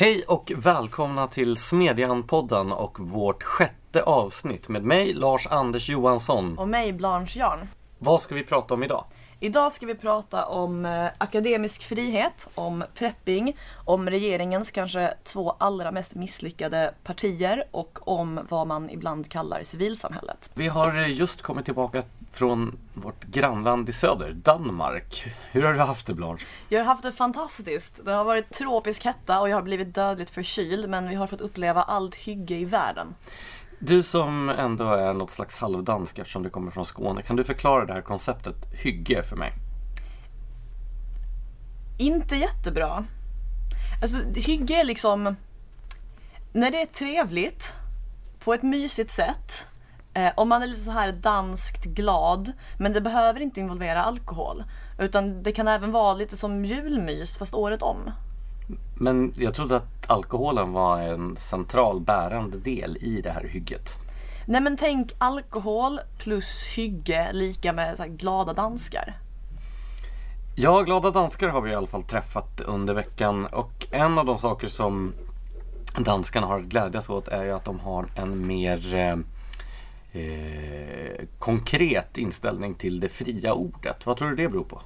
Hej och välkomna till Smedjan-podden och vårt 6:e avsnitt med mig, Lars-Anders Johansson. Och mig, Blanche Jarn. Vad ska vi prata om idag? Idag ska vi prata om akademisk frihet, om prepping, om regeringens kanske 2 allra mest misslyckade partier och om vad man ibland kallar civilsamhället. Vi har just kommit tillbaka från vårt grannland i söder, Danmark. Hur har du haft det, Blanche? Jag har haft det fantastiskt. Det har varit tropisk hetta och jag har blivit dödligt förkyld, men vi har fått uppleva allt hygge i världen. Du som ändå är något slags halvdansk eftersom du kommer från Skåne, kan du förklara det här konceptet hygge för mig? Inte jättebra. Alltså, hygge är liksom när det är trevligt på ett mysigt sätt. Om man är lite så här danskt glad, men det behöver inte involvera alkohol, utan det kan även vara lite som julmys fast året om. Men jag trodde att alkoholen var en central bärande del i det här hygget. Nej, men tänk alkohol plus hygge lika med så här glada danskar. Ja, glada danskar har vi i alla fall träffat under veckan, och en av de saker som danskarna har att glädjas åt är ju att de har en mer konkret inställning till det fria ordet. Vad tror du det beror på?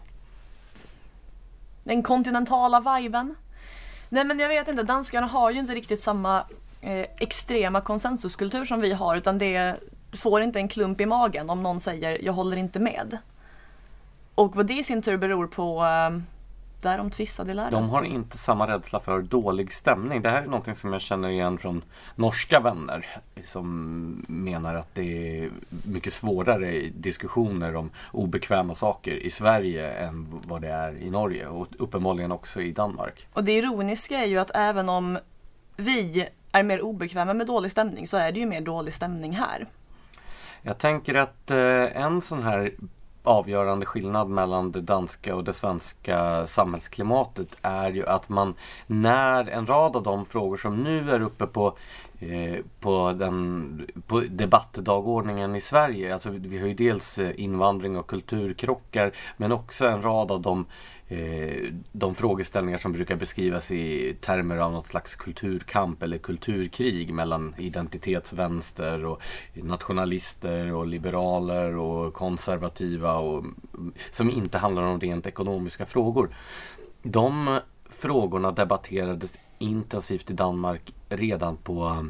Den kontinentala viben. Nej, men jag vet inte, danskarna har ju inte riktigt samma extrema konsensuskultur som vi har, utan det får inte en klump i magen om någon säger jag håller inte med. Och vad det i sin tur beror på, där de tvistade lärare. De har inte samma rädsla för dålig stämning. Det här är någonting som jag känner igen från norska vänner som menar att det är mycket svårare diskussioner om obekväma saker i Sverige än vad det är i Norge, och uppenbarligen också i Danmark. Och det ironiska är ju att även om vi är mer obekväma med dålig stämning så är det ju mer dålig stämning här. Jag tänker att en sån här avgörande skillnad mellan det danska och det svenska samhällsklimatet är ju att man, när en rad av de frågor som nu är uppe på debattdagordningen i Sverige, alltså vi har ju dels invandring och kulturkrockar, men också en rad av de frågeställningar som brukar beskrivas i termer av något slags kulturkamp eller kulturkrig mellan identitetsvänster och nationalister och liberaler och konservativa, och som inte handlar om rent ekonomiska frågor. De frågorna debatterades intensivt i Danmark redan på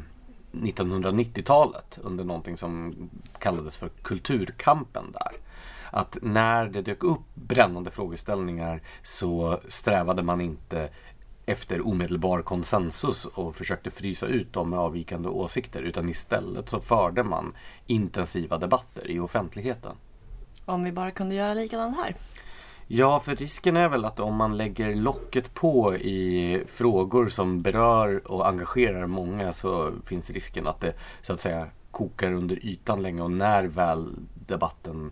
1990-talet under någonting som kallades för kulturkampen där. Att när det dök upp brännande frågeställningar så strävade man inte efter omedelbar konsensus och försökte frysa ut dem med avvikande åsikter, utan istället så förde man intensiva debatter i offentligheten. Om vi bara kunde göra likadant här. Ja, för risken är väl att om man lägger locket på i frågor som berör och engagerar många, så finns risken att det så att säga kokar under ytan länge, och när väl debatten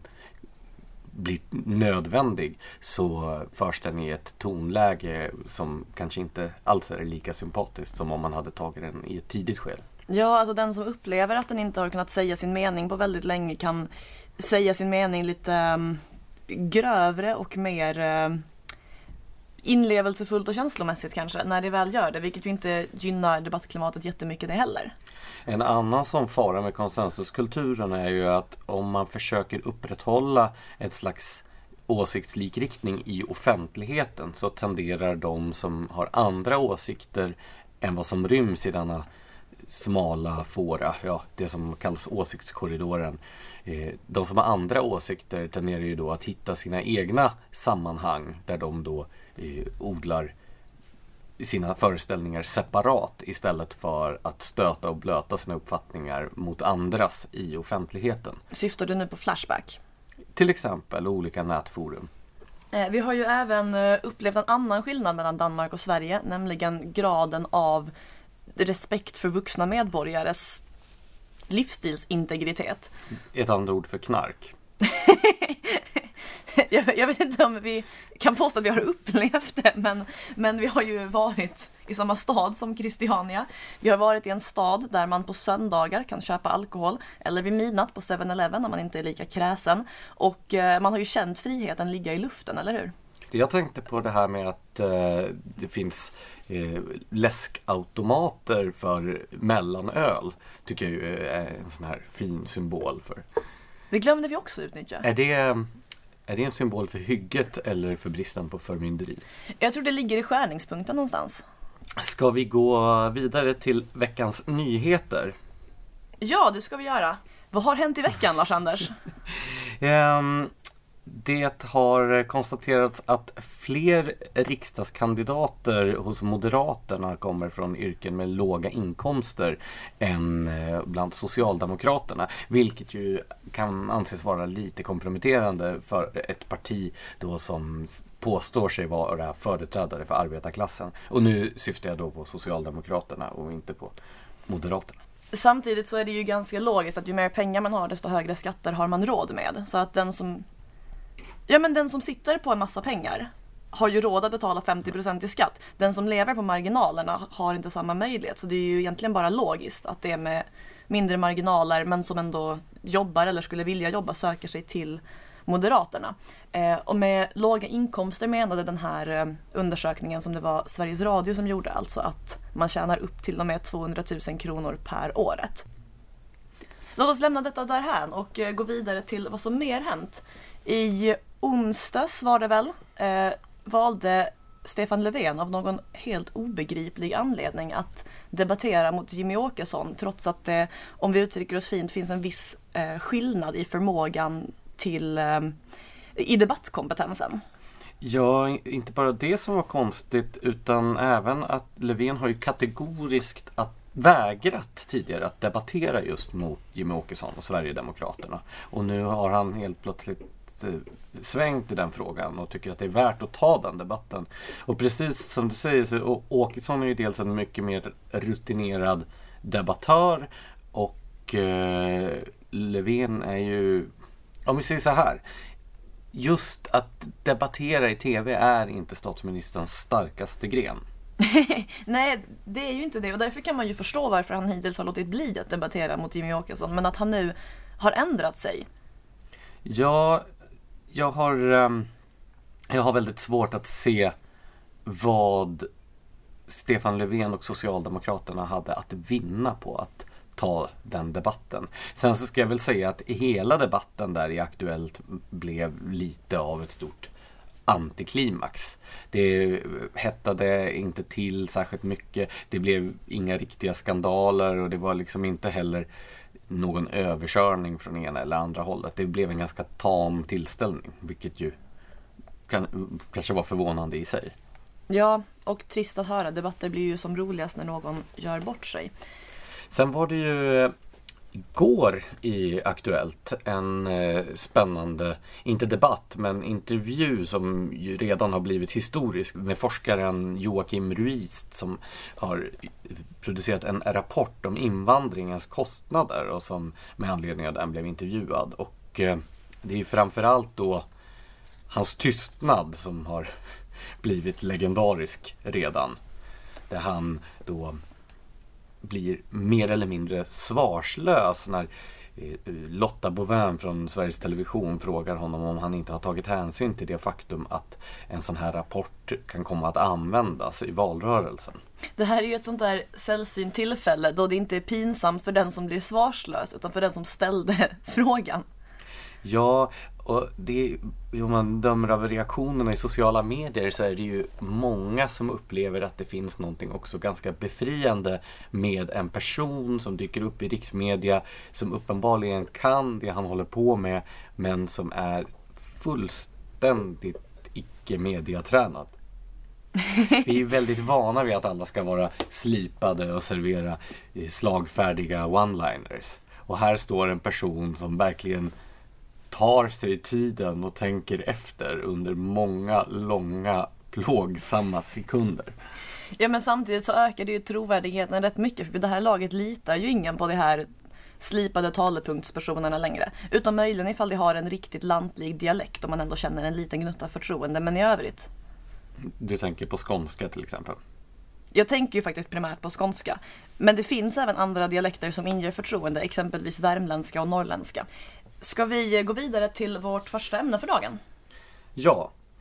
blir nödvändig så förs den i ett tonläge som kanske inte alls är lika sympatiskt som om man hade tagit den i ett tidigt skede. Ja, alltså den som upplever att den inte har kunnat säga sin mening på väldigt länge kan säga sin mening lite grövre och mer inlevelsefullt och känslomässigt kanske när det väl gör det, vilket ju inte gynnar debattklimatet jättemycket det heller. En annan som fara med konsensuskulturen är ju att om man försöker upprätthålla ett slags åsiktslikriktning i offentligheten, så tenderar de som har andra åsikter än vad som ryms i denna smala fåra, det som kallas åsiktskorridoren. De som har andra åsikter tenderar ju då att hitta sina egna sammanhang där de då odlar sina föreställningar separat istället för att stöta och blöta sina uppfattningar mot andras i offentligheten. Syftar du nu på Flashback? Till exempel olika nätforum. Vi har ju även upplevt en annan skillnad mellan Danmark och Sverige, nämligen graden av respekt för vuxna medborgares livsstilsintegritet. Ett andra ord för knark. Jag vet inte om vi kan påstå att vi har upplevt det, men vi har ju varit i samma stad som Christiania. Vi har varit i en stad där man på söndagar kan köpa alkohol, eller vid midnatt på 7-Eleven när man inte är lika kräsen. Och man har ju känt friheten ligga i luften, eller hur? Jag tänkte på det här med att det finns läskautomater för mellanöl. Tycker jag ju är en sån här fin symbol för. Det glömde vi också utnyttja. Är det en symbol för hygget eller för bristen på förmynderi? Jag tror det ligger i skärningspunkten någonstans. Ska vi gå vidare till veckans nyheter? Ja, det ska vi göra. Vad har hänt i veckan, Lars-Anders? Det har konstaterats att fler riksdagskandidater hos Moderaterna kommer från yrken med låga inkomster än bland Socialdemokraterna. Vilket ju kan anses vara lite komprometterande för ett parti då som påstår sig vara företrädare för arbetarklassen. Och nu syftar jag då på Socialdemokraterna och inte på Moderaterna. Samtidigt så är det ju ganska logiskt att ju mer pengar man har desto högre skatter har man råd med. Så att den som sitter på en massa pengar har ju råd att betala 50% i skatt. Den som lever på marginalerna har inte samma möjlighet. Så det är ju egentligen bara logiskt att det med mindre marginaler men som ändå jobbar eller skulle vilja jobba söker sig till Moderaterna. Och med låga inkomster menade den här undersökningen som det var Sveriges Radio som gjorde, alltså att man tjänar upp till och med 200 000 kronor per året. Låt oss lämna detta därhän och gå vidare till vad som mer hänt. I onsdags var det väl, valde Stefan Löfven av någon helt obegriplig anledning att debattera mot Jimmie Åkesson, trots att det, om vi uttrycker oss fint, finns en viss skillnad i förmågan i debattkompetensen. Ja, inte bara det som var konstigt utan även att Löfven har ju kategoriskt vägrat tidigare att debattera just mot Jimmie Åkesson och Sverigedemokraterna. Och nu har han helt plötsligt svängt i den frågan och tycker att det är värt att ta den debatten. Och precis som du säger så Åkesson är ju dels en mycket mer rutinerad debattör och Löfven är ju, om vi säger så här, just att debattera i tv är inte statsministerns starkaste gren. Nej, det är ju inte det och därför kan man ju förstå varför han hittills har låtit bli att debattera mot Jimmie Åkesson, men att han nu har ändrat sig. Ja, jag har väldigt svårt att se vad Stefan Löfven och Socialdemokraterna hade att vinna på att ta den debatten. Sen så ska jag väl säga att hela debatten där i Aktuellt blev lite av ett stort antiklimax. Det hettade inte till särskilt mycket. Det blev inga riktiga skandaler och det var liksom inte heller någon överkörning från ena eller andra hållet. Det blev en ganska tam tillställning, vilket ju kanske var förvånande i sig. Ja, och trist att höra. Debatter blir ju som roligast när någon gör bort sig. Sen var det ju igår i Aktuellt en spännande, inte debatt, men intervju som ju redan har blivit historisk med forskaren Joakim Ruiz som har producerat en rapport om invandringens kostnader och som med anledning av den blev intervjuad. Och det är ju framförallt då hans tystnad som har blivit legendarisk redan. Där han då blir mer eller mindre svarslös när Lotta Bovin från Sveriges Television frågar honom om han inte har tagit hänsyn till det faktum att en sån här rapport kan komma att användas i valrörelsen. Det här är ju ett sånt där sällsynt tillfälle då det inte är pinsamt för den som blir svarslös utan för den som ställde frågan. Ja, och om man dömer av reaktionerna i sociala medier så är det ju många som upplever att det finns någonting också ganska befriande med en person som dyker upp i riksmedia som uppenbarligen kan det han håller på med men som är fullständigt icke-mediatränad. Vi är väldigt vana vid att alla ska vara slipade och servera slagfärdiga one-liners. Och här står en person som verkligen tar sig tiden och tänker efter under många långa plågsamma sekunder. Ja, men samtidigt så ökar det ju trovärdigheten rätt mycket, för det här laget litar ju ingen på det här slipade talepunktspersonerna längre, utan möjligen ifall de har en riktigt lantlig dialekt och man ändå känner en liten gnutta förtroende, men i övrigt. Du tänker på skånska till exempel? Jag tänker ju faktiskt primärt på skånska, men det finns även andra dialekter som inger förtroende, exempelvis värmländska och norrländska. Ska vi gå vidare till vårt första ämne för dagen? Ja,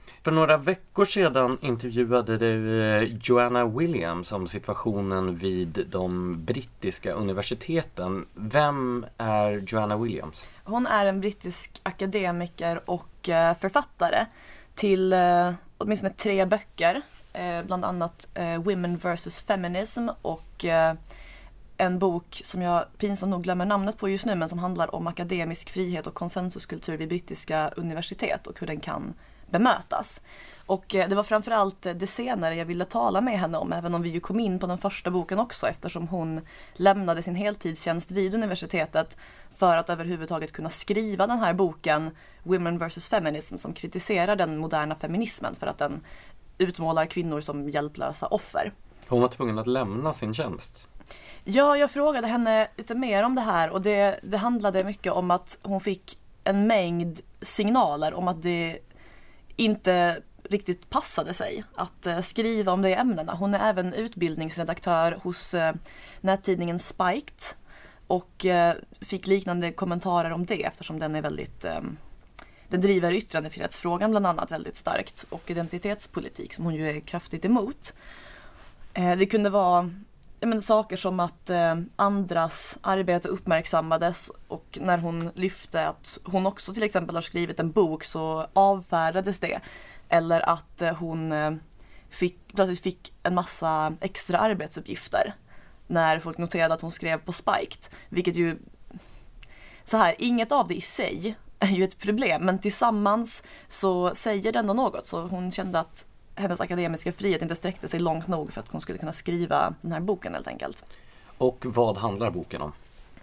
För några veckor sedan intervjuade du Joanna Williams om situationen vid de brittiska universiteten. Vem är Joanna Williams? Hon är en brittisk akademiker och författare till åtminstone 3 böcker. Bland annat Women vs. Feminism och en bok som jag pinsamt nog glömmer namnet på just nu, men som handlar om akademisk frihet och konsensuskultur vid brittiska universitet och hur den kan bemötas. Och det var framförallt det senare jag ville tala med henne om, även om vi ju kom in på den första boken också, eftersom hon lämnade sin heltidstjänst vid universitetet för att överhuvudtaget kunna skriva den här boken Women vs. Feminism, som kritiserar den moderna feminismen för att den utmålar kvinnor som hjälplösa offer. Hon var tvungen att lämna sin tjänst. Ja, jag frågade henne lite mer om det här, och det handlade mycket om att hon fick en mängd signaler om att det inte riktigt passade sig att skriva om de ämnena. Hon är även utbildningsredaktör hos nättidningen Spiked och fick liknande kommentarer om det, eftersom den är väldigt den driver yttrandefrihetsfrågan bland annat väldigt starkt, och identitetspolitik som hon ju är kraftigt emot. Det kunde vara saker som att andras arbete uppmärksammades, och när hon lyfte att hon också till exempel har skrivit en bok så avfärdades det. Eller att hon plötsligt fick en massa extra arbetsuppgifter när folk noterade att hon skrev på Spiked. Vilket ju, så här, inget av det i sig är ju ett problem, men tillsammans så säger det ändå något. Så hon kände att hennes akademiska frihet inte sträckte sig långt nog för att hon skulle kunna skriva den här boken helt enkelt. Och vad handlar boken om?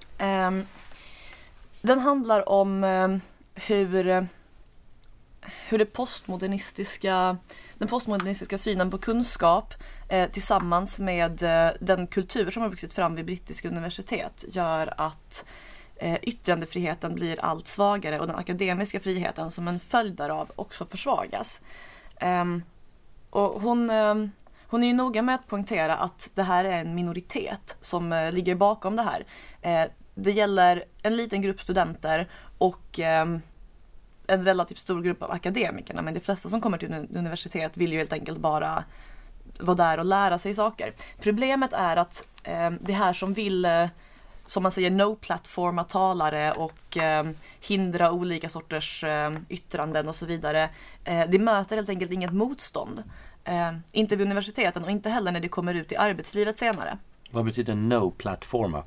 Den handlar om hur den postmodernistiska synen på kunskap tillsammans med den kultur som har vuxit fram vid brittiska universitet gör att yttrandefriheten blir allt svagare och den akademiska friheten som en följd därav också försvagas. Och hon är ju noga med att poängtera att det här är en minoritet som ligger bakom det här. Det gäller en liten grupp studenter och en relativt stor grupp av akademikerna, men de flesta som kommer till universitet vill ju helt enkelt bara vara där och lära sig saker. Problemet är att det här som vill, som man säger, no-plattforma talare och hindra olika sorters yttranden och så vidare, det möter helt enkelt inget motstånd. Inte vid universiteten och inte heller när det kommer ut i arbetslivet senare. Vad betyder no-plattforma?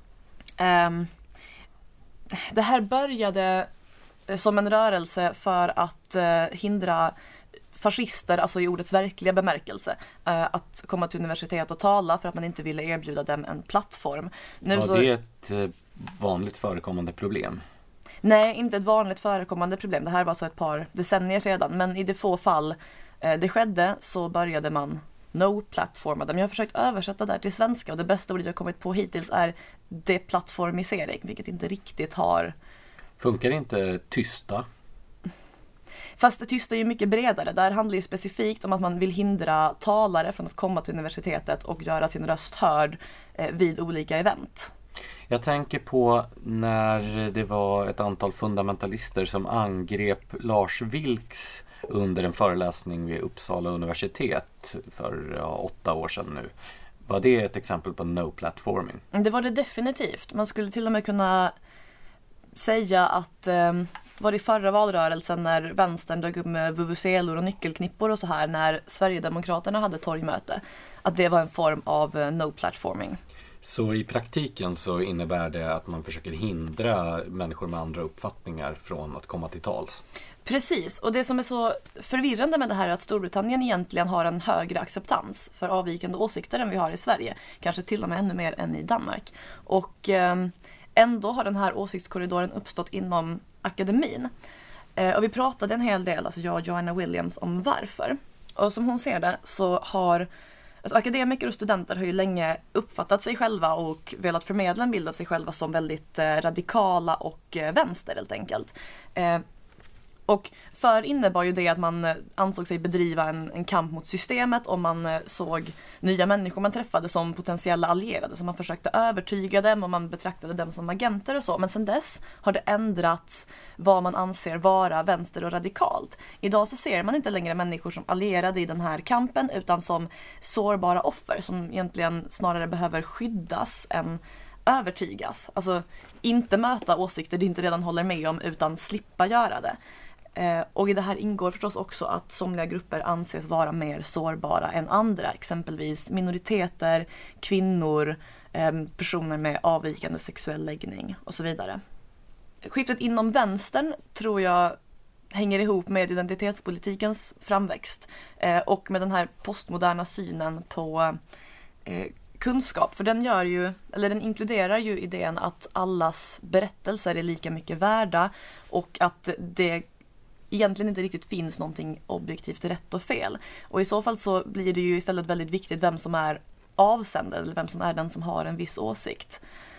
Det här började som en rörelse för att hindra fascister, alltså i ordets verkliga bemärkelse, att komma till universitet och tala för att man inte ville erbjuda dem en plattform. Var det ett vanligt förekommande problem? Nej, inte ett vanligt förekommande problem. Det här var så ett par decennier sedan, men i de få fall det skedde så började man no-plattforma dem. Jag har försökt översätta det här till svenska och det bästa ordet jag kommit på hittills är deplattformisering, vilket inte riktigt har... Funkar inte tysta? Fast det tysta är ju mycket bredare. Där handlar det specifikt om att man vill hindra talare från att komma till universitetet och göra sin röst hörd vid olika event. Jag tänker på när det var ett antal fundamentalister som angrep Lars Vilks under en föreläsning vid Uppsala universitet för 8 år sedan nu. Var det ett exempel på no-platforming? Det var det definitivt. Man skulle till och med kunna säga att var det i förra valrörelsen när vänstern dök upp med vuvuzelor och nyckelknippor och så här när Sverigedemokraterna hade torgmöte, att det var en form av no-platforming. Så i praktiken så innebär det att man försöker hindra människor med andra uppfattningar från att komma till tals? Precis, och det som är så förvirrande med det här är att Storbritannien egentligen har en högre acceptans för avvikande åsikter än vi har i Sverige. Kanske till och med ännu mer än i Danmark. Och ändå har den här åsiktskorridoren uppstått inom akademin. Och vi pratade en hel del, alltså jag och Joanna Williams, om varför. Och som hon ser det så har akademiker och studenter har ju länge uppfattat sig själva och velat förmedla en bild av sig själva som väldigt radikala och vänster helt enkelt. Och förr innebar ju det att man ansåg sig bedriva en kamp mot systemet och man såg nya människor man träffade som potentiella allierade. Så man försökte övertyga dem och man betraktade dem som agenter och så. Men sen dess har det ändrats vad man anser vara vänster och radikalt. Idag så ser man inte längre människor som allierade i den här kampen utan som sårbara offer som egentligen snarare behöver skyddas än övertygas. Alltså inte möta åsikter de inte redan håller med om utan slippa göra det. Och i det här ingår förstås också att somliga grupper anses vara mer sårbara än andra, exempelvis minoriteter, kvinnor, personer med avvikande sexuell läggning och så vidare. Skiftet inom vänstern tror jag hänger ihop med identitetspolitikens framväxt och med den här postmoderna synen på kunskap, för den inkluderar ju idén att allas berättelser är lika mycket värda och att det egentligen inte riktigt finns någonting objektivt rätt och fel. Och i så fall så blir det ju istället väldigt viktigt vem som är avsändare eller vem som är den som har en viss åsikt.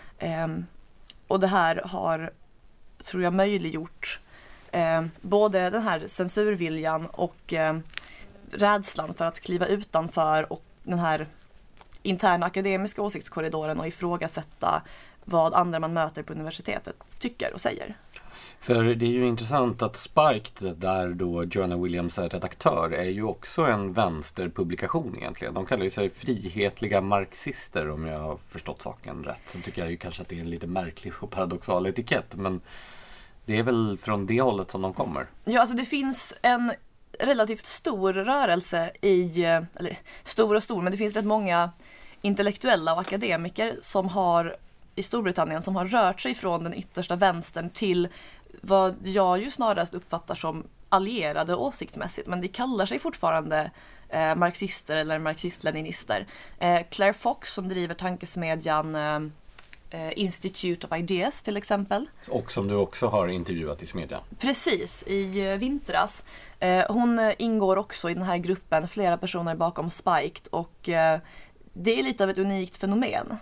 Och det här har, tror jag, möjliggjort både den här censurviljan och rädslan för att kliva utanför och den här interna akademiska åsiktskorridoren och ifrågasätta vad andra man möter på universitetet tycker och säger. För det är ju intressant att Spiked, där då Joanna Williams är redaktör, är ju också en vänsterpublikation egentligen. De kallar ju sig frihetliga marxister om jag har förstått saken rätt. Sen tycker jag ju kanske att det är en lite märklig och paradoxal etikett, men det är väl från det hållet som de kommer. Ja, alltså det finns en relativt stor rörelse eller stor, men det finns rätt många intellektuella och akademiker som har i Storbritannien som har rört sig från den yttersta vänstern till vad jag ju snarast uppfattar som allierade åsiktsmässigt, men de kallar sig fortfarande marxister eller marxist-leninister. Claire Fox som driver tankesmedjan Institute of Ideas till exempel. Och som du också har intervjuat i Smedjan. Precis, i vintras. Hon ingår också i den här gruppen, flera personer bakom Spiked, och det är lite av ett unikt fenomen.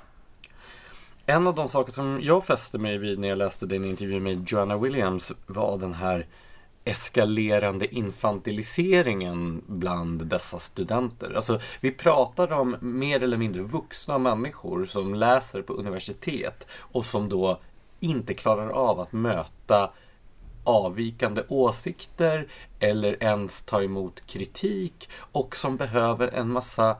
En av de saker som jag fäste mig vid när jag läste din intervju med Joanna Williams var den här eskalerande infantiliseringen bland dessa studenter. Alltså, vi pratar om mer eller mindre vuxna människor som läser på universitet och som då inte klarar av att möta avvikande åsikter eller ens ta emot kritik och som behöver en massa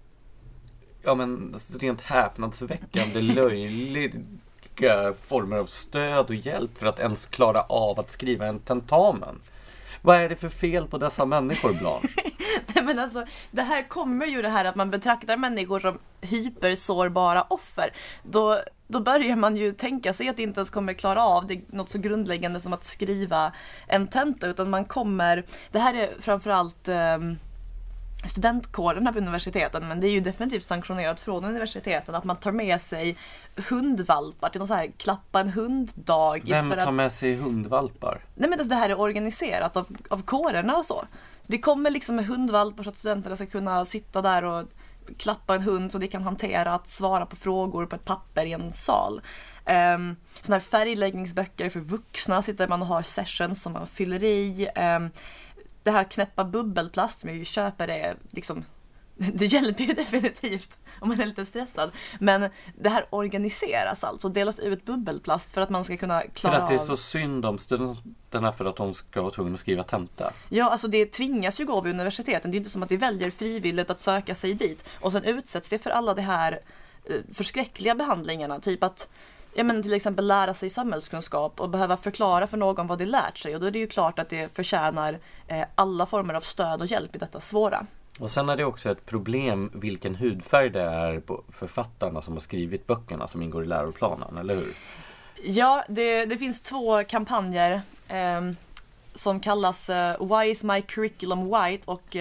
rent häpnadsväckande löjliga former av stöd och hjälp för att ens klara av att skriva en tentamen. Vad är det för fel på dessa människor, Blan? Nej, men alltså, det här kommer ju det här att man betraktar människor som hypersårbara offer. Då börjar man ju tänka sig att det inte ens kommer klara av det, något så grundläggande som att skriva en tenta, utan man kommer, det här är framförallt studentkårerna på universiteten, men det är ju definitivt sanktionerat från universiteten att man tar med sig hundvalpar till någon så här klappa en hund-dag. Vem tar med sig hundvalpar? Nej, men det här är organiserat av kårerna och så det kommer liksom med hundvalpar så att studenterna ska kunna sitta där och klappa en hund så de kan hantera att svara på frågor på ett papper i en sal. Såna här färgläggningsböcker för vuxna sitter man och har sessions som man fyller i. Det här knäppa bubbelplast som jag ju köper är liksom, det hjälper ju definitivt om man är lite stressad. Men det här organiseras alltså, delas ut bubbelplast för att man ska kunna klara av. För att det är så synd om studenterna för att de ska vara tvungna att skriva tenta. Ja, alltså det tvingas ju gå vid universiteten. Det är inte som att de väljer frivilligt att söka sig dit. Och sen utsätts det för alla de här förskräckliga behandlingarna. Typ att till exempel lära sig samhällskunskap och behöva förklara för någon vad de lärt sig. Och då är det ju klart att det förtjänar alla former av stöd och hjälp i detta svåra. Och sen är det också ett problem vilken hudfärg det är på författarna som har skrivit böckerna som ingår i läroplanen, eller hur? Ja, det finns 2 kampanjer som kallas Why is my curriculum white och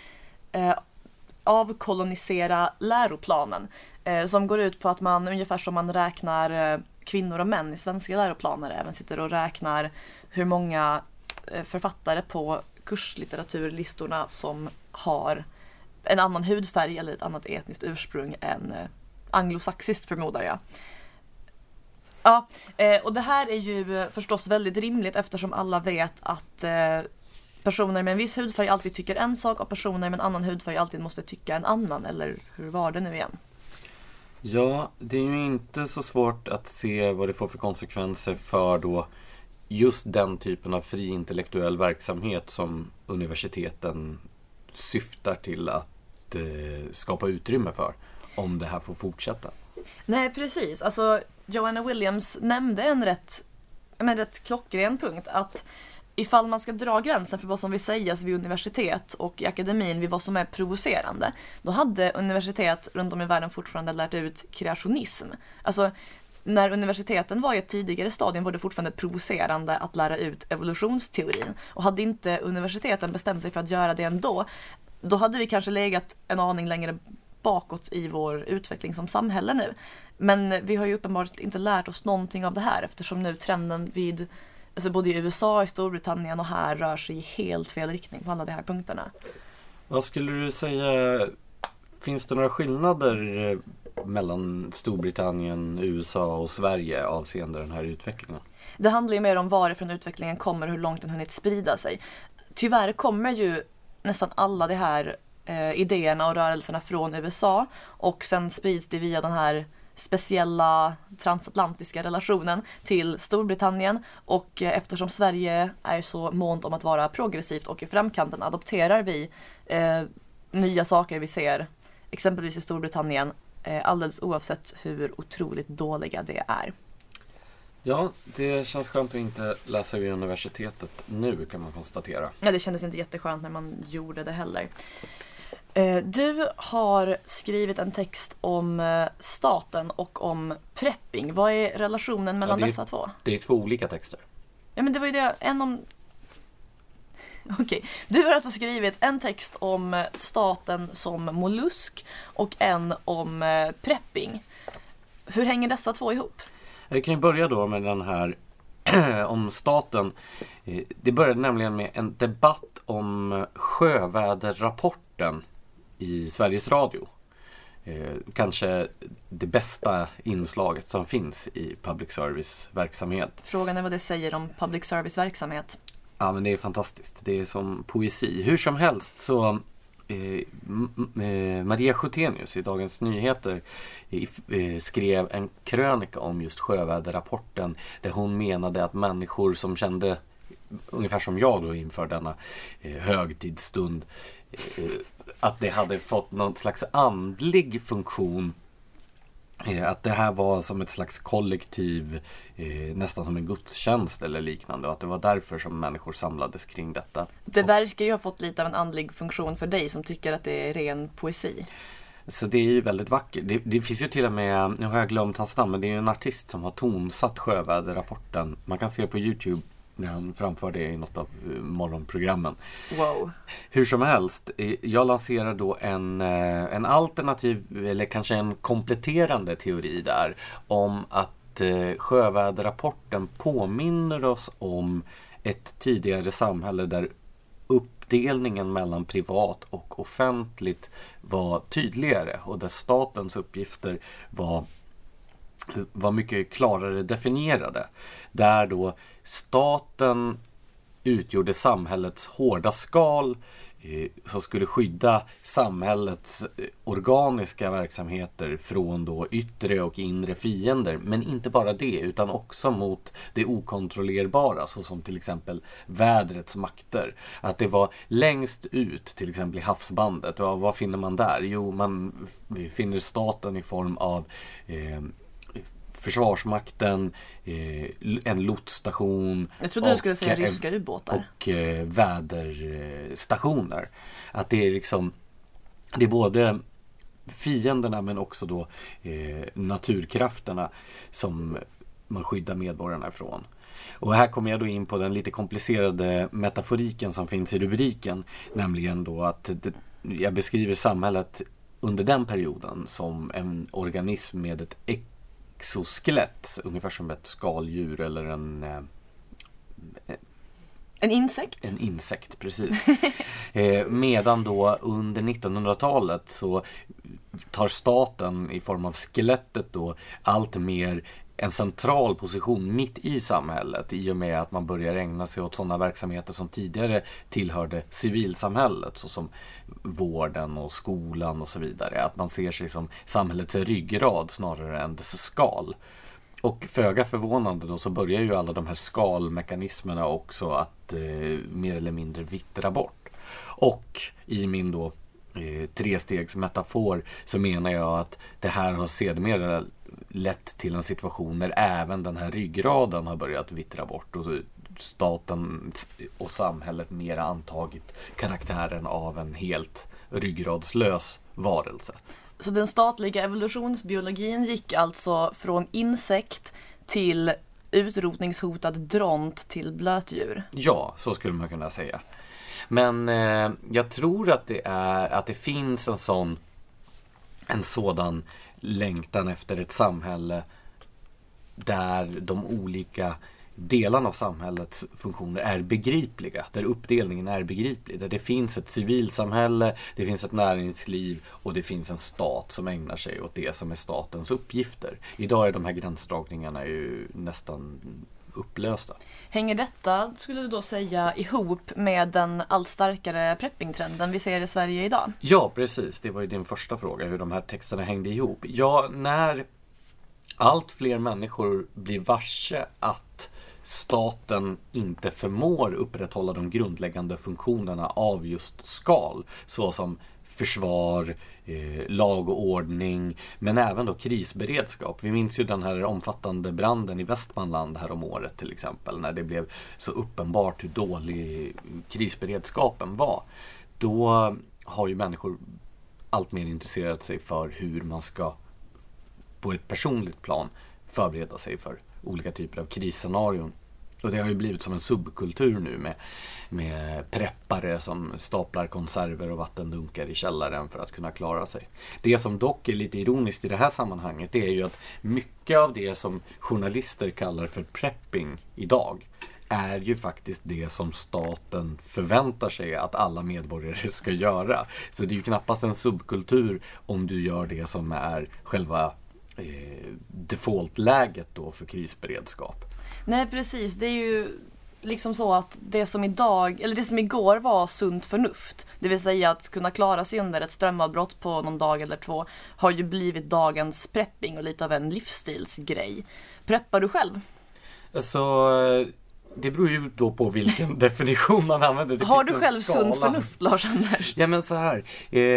avkolonisera läroplanen, som går ut på att man, ungefär som man räknar kvinnor och män i svenska läroplaner, även sitter och räknar hur många författare på kurslitteraturlistorna som har en annan hudfärg eller ett annat etniskt ursprung än anglosaxiskt, förmodar jag. Ja, och det här är ju förstås väldigt rimligt eftersom alla vet att personer med en viss hudfärg alltid tycker en sak och personer med en annan hudfärg alltid måste tycka en annan. Eller hur var det nu igen? Ja, det är ju inte så svårt att se vad det får för konsekvenser för då just den typen av fri intellektuell verksamhet som universiteten syftar till att skapa utrymme för, om det här får fortsätta. Nej, precis. Alltså, Joanna Williams nämnde en rätt klockren punkt, att ifall man ska dra gränsen för vad som vill sägas vid universitet och i akademin vid vad som är provocerande, då hade universitet runt om i världen fortfarande lärt ut kreationism. Alltså, när universiteten var i ett tidigare stadium var det fortfarande provocerande att lära ut evolutionsteorin. Och hade inte universiteten bestämt sig för att göra det ändå, då hade vi kanske legat en aning längre bakåt i vår utveckling som samhälle nu. Men vi har ju uppenbart inte lärt oss någonting av det här eftersom nu trenden alltså både i USA, i Storbritannien och här rör sig i helt fel riktning på alla de här punkterna. Vad skulle du säga, finns det några skillnader mellan Storbritannien, USA och Sverige avseende den här utvecklingen? Det handlar ju mer om varifrån utvecklingen kommer och hur långt den hunnit sprida sig. Tyvärr kommer ju nästan alla de här idéerna och rörelserna från USA och sen sprids det via den här speciella transatlantiska relationen till Storbritannien, och eftersom Sverige är så månt om att vara progressivt och i framkanten adopterar vi nya saker vi ser exempelvis i Storbritannien alldeles oavsett hur otroligt dåliga det är. Ja, det känns skönt att inte läsa vid universitetet nu, kan man konstatera. Ja, det kändes inte jätteskönt när man gjorde det heller. Du har skrivit en text om staten och om prepping. Vad är relationen mellan dessa två? Det är två olika texter. Ja, men det var ju det. Okej. Du har alltså skrivit en text om staten som mollusk och en om prepping. Hur hänger dessa två ihop? Jag kan ju börja då med den här om staten. Det började nämligen med en debatt om sjöväderrapporten i Sveriges Radio. Kanske det bästa inslaget som finns i public service verksamhet. Frågan är vad det säger om public service verksamhet. Ja, men det är fantastiskt. Det är som poesi. Hur som helst så Maria Schutenius i Dagens Nyheter skrev en krönika om just sjöväderrapporten där hon menade att människor som kände ungefär som jag då inför denna högtidsstund att det hade fått någon slags andlig funktion, att det här var som ett slags kollektiv, nästan som en gudstjänst eller liknande, och att det var därför som människor samlades kring detta. Det verkar ju ha fått lite av en andlig funktion för dig som tycker att det är ren poesi. Så det är ju väldigt vackert. Det finns ju till och med, nu har jag glömt hans namn, men det är ju en artist som har tonsatt sjöväderrapporten. Man kan se på YouTube när han framför det i något av morgonprogrammen. Wow. Hur som helst, jag lanserar då en alternativ eller kanske en kompletterande teori där om att sjöväderrapporten påminner oss om ett tidigare samhälle där uppdelningen mellan privat och offentligt var tydligare och där statens uppgifter var mycket klarare definierade. Där då staten utgjorde samhällets hårda skal som skulle skydda samhällets organiska verksamheter från då yttre och inre fiender. Men inte bara det, utan också mot det okontrollerbara, såsom till exempel vädrets makter. Att det var längst ut, till exempel i havsbandet. Och vad finner man där? Jo, man finner staten i form av Försvarsmakten, en lotsstation. Jag trodde du skulle säga ryska ubåtar. Och väderstationer. Att det är liksom, det är både fienderna men också då naturkrafterna som man skyddar medborgarna ifrån. Och här kommer jag då in på den lite komplicerade metaforiken som finns i rubriken. Nämligen då att jag beskriver samhället under den perioden som en organism med ett exoskelett, ungefär som ett skaldjur eller en insekt? En insekt, precis. Medan då under 1900-talet så tar staten i form av skelettet då allt mer en central position mitt i samhället i och med att man börjar ägna sig åt sådana verksamheter som tidigare tillhörde civilsamhället, såsom vården och skolan och så vidare. Att man ser sig som samhällets ryggrad snarare än dess skal. Och föga förvånande då så börjar ju alla de här skalmekanismerna också att mer eller mindre vittra bort. Och i min då trestegsmetafor så menar jag att det här har sedermera lett till en situation där även den här ryggraden har börjat vittra bort och staten och samhället mer antagit karaktären av en helt ryggradslös varelse. Så den statliga evolutionsbiologin gick alltså från insekt till utrotningshotad dront till blötdjur? Ja, så skulle man kunna säga. Men jag tror att det finns en sådan längtan efter ett samhälle där de olika delarna av samhällets funktioner är begripliga, där uppdelningen är begriplig, där det finns ett civilsamhälle, det finns ett näringsliv och det finns en stat som ägnar sig åt det som är statens uppgifter. Idag är de här gränsdragningarna ju nästan upplösta. Hänger detta, skulle du då säga, ihop med den allt starkare preppingtrenden vi ser i Sverige idag? Ja, precis. Det var ju din första fråga, hur de här texterna hängde ihop. Ja, när allt fler människor blir varse att staten inte förmår upprätthålla de grundläggande funktionerna av just skal, såsom försvar, lag och ordning, men även då krisberedskap. Vi minns ju den här omfattande branden i Västmanland här om året till exempel, när det blev så uppenbart hur dålig krisberedskapen var. Då har ju människor allt mer intresserat sig för hur man ska på ett personligt plan förbereda sig för olika typer av krisscenarion. Och det har ju blivit som en subkultur nu med preppare som staplar konserver och vattendunkar i källaren för att kunna klara sig. Det som dock är lite ironiskt i det här sammanhanget, det är ju att mycket av det som journalister kallar för prepping idag är ju faktiskt det som staten förväntar sig att alla medborgare ska göra. Så det är ju knappast en subkultur om du gör det som är själva defaultläget då för krisberedskap. Nej, precis. Det är ju liksom så att det som igår var sunt förnuft, det vill säga att kunna klara sig under ett strömavbrott på någon dag eller två, har ju blivit dagens prepping och lite av en livsstilsgrej. Preppar du själv? Alltså, det beror ju då på vilken definition man använder. Det har du själv sunt förnuft, Lars-Anders? Ja, men så här.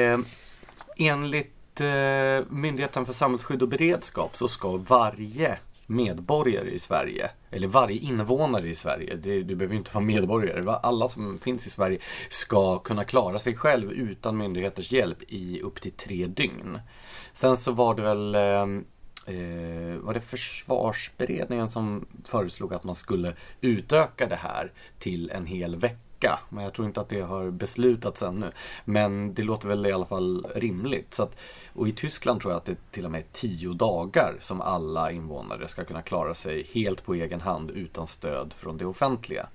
Enligt Myndigheten för samhällsskydd och beredskap så ska varje medborgare i Sverige, eller varje invånare i Sverige, du behöver inte vara medborgare, alla som finns i Sverige ska kunna klara sig själv utan myndigheters hjälp i upp till 3 dygn. Sen så var det väl var det försvarsberedningen som föreslog att man skulle utöka det här till en hel vecka. Men jag tror inte att det har beslutats ännu. Men det låter väl i alla fall rimligt. Så att, och i Tyskland tror jag att det är till och med 10 dagar som alla invånare ska kunna klara sig helt på egen hand utan stöd från det offentliga.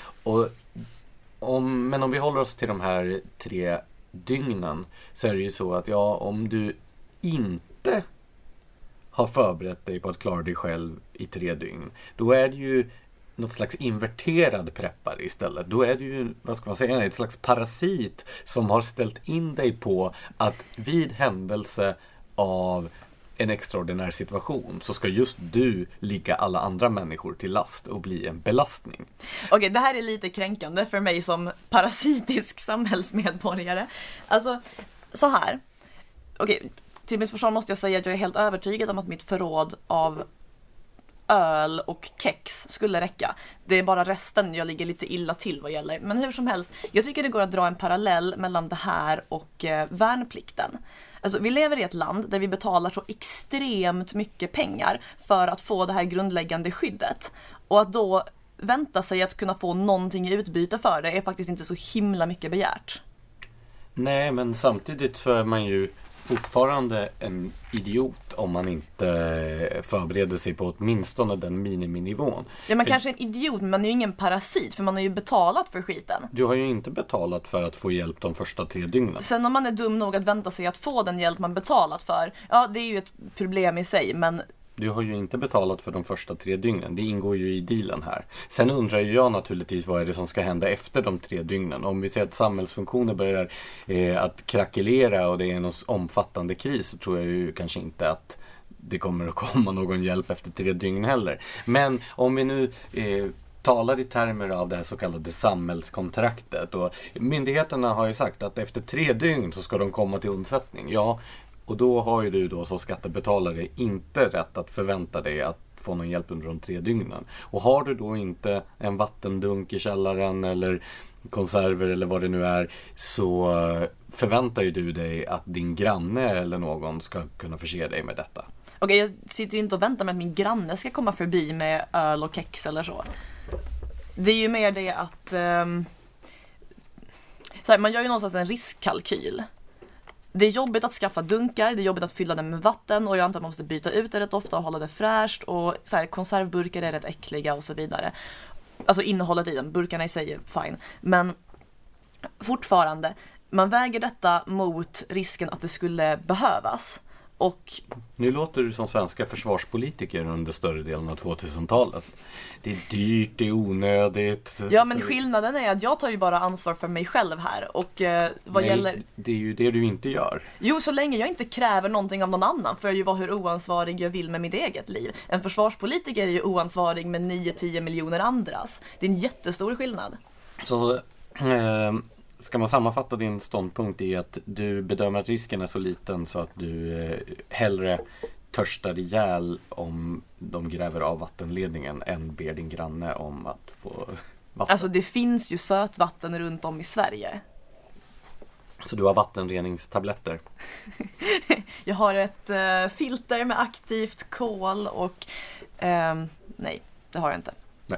Men om vi håller oss till de här 3 dygnen så är det ju så att om du inte har förberett dig på att klara dig själv i 3 dygn, då är det ju något slags inverterad preppare istället. Då är det ju, vad ska man säga, ett slags parasit som har ställt in dig på att vid händelse av en extraordinär situation så ska just du ligga alla andra människor till last och bli en belastning. Okej, det här är lite kränkande för mig som parasitisk samhällsmedborgare. Alltså, så här. Okej, till mitt försvar måste jag säga att jag är helt övertygad om att mitt förråd av öl och kex skulle räcka. Det är bara resten jag ligger lite illa till vad gäller. Men hur som helst, jag tycker det går att dra en parallell mellan det här och värnplikten. Alltså, vi lever i ett land där vi betalar så extremt mycket pengar för att få det här grundläggande skyddet. Och att då vänta sig att kunna få någonting i utbyte för det är faktiskt inte så himla mycket begärt. Nej, men samtidigt så är man ju fortfarande en idiot om man inte förbereder sig på åtminstone den miniminivån. Ja, man kanske är en idiot, men man är ju ingen parasit, för man har ju betalat för skiten. Du har ju inte betalat för att få hjälp de första 3 dygnen. Sen om man är dum nog att vänta sig att få den hjälp man betalat för, ja, det är ju ett problem i sig, men Du har ju inte betalat för de första 3 dygnen. Det ingår ju i dealen här. Sen undrar ju jag naturligtvis vad är det som ska hända efter de 3 dygnen. Om vi ser att samhällsfunktioner börjar att krackelera och det är någon omfattande kris, så tror jag ju kanske inte att det kommer att komma någon hjälp efter 3 dygn heller. Men om vi nu talar i termer av det här så kallade samhällskontraktet, och myndigheterna har ju sagt att efter 3 dygn så ska de komma till undsättning. Ja, och då har ju du då som skattebetalare inte rätt att förvänta dig att få någon hjälp under de 3 dygnen. Och har du då inte en vattendunk i källaren eller konserver eller vad det nu är, så förväntar ju du dig att din granne eller någon ska kunna förse dig med detta. Okej, jag sitter ju inte och väntar med att min granne ska komma förbi med öl och kex eller så. Det är ju mer det att så här, man gör ju någonstans en riskkalkyl. Det är jobbigt att skaffa dunkar, det är jobbigt att fylla den med vatten, och jag antar att man måste byta ut det rätt ofta och hålla det fräscht, och så här, konservburkar är rätt äckliga och så vidare. Alltså innehållet i den, burkarna i sig är fine. Men fortfarande, man väger detta mot risken att det skulle behövas. Och nu låter du som svenska försvarspolitiker under större delen av 2000-talet. Det är dyrt, det är onödigt. Ja, men skillnaden är att jag tar ju bara ansvar för mig själv här. Och vad gäller... det är ju det du inte gör. Jo, så länge jag inte kräver någonting av någon annan, för jag ju vara hur oansvarig jag vill med mitt eget liv. En försvarspolitiker är ju oansvarig med 9-10 miljoner andras. Det är en jättestor skillnad. Så ska man sammanfatta din ståndpunkt i att du bedömer att risken är så liten så att du hellre törstar ihjäl om de gräver av vattenledningen än ber din granne om att få vatten? Alltså det finns ju sötvatten runt om i Sverige. Så du har vattenreningstabletter? Jag har ett filter med aktivt kol och nej, det har jag inte. Nej.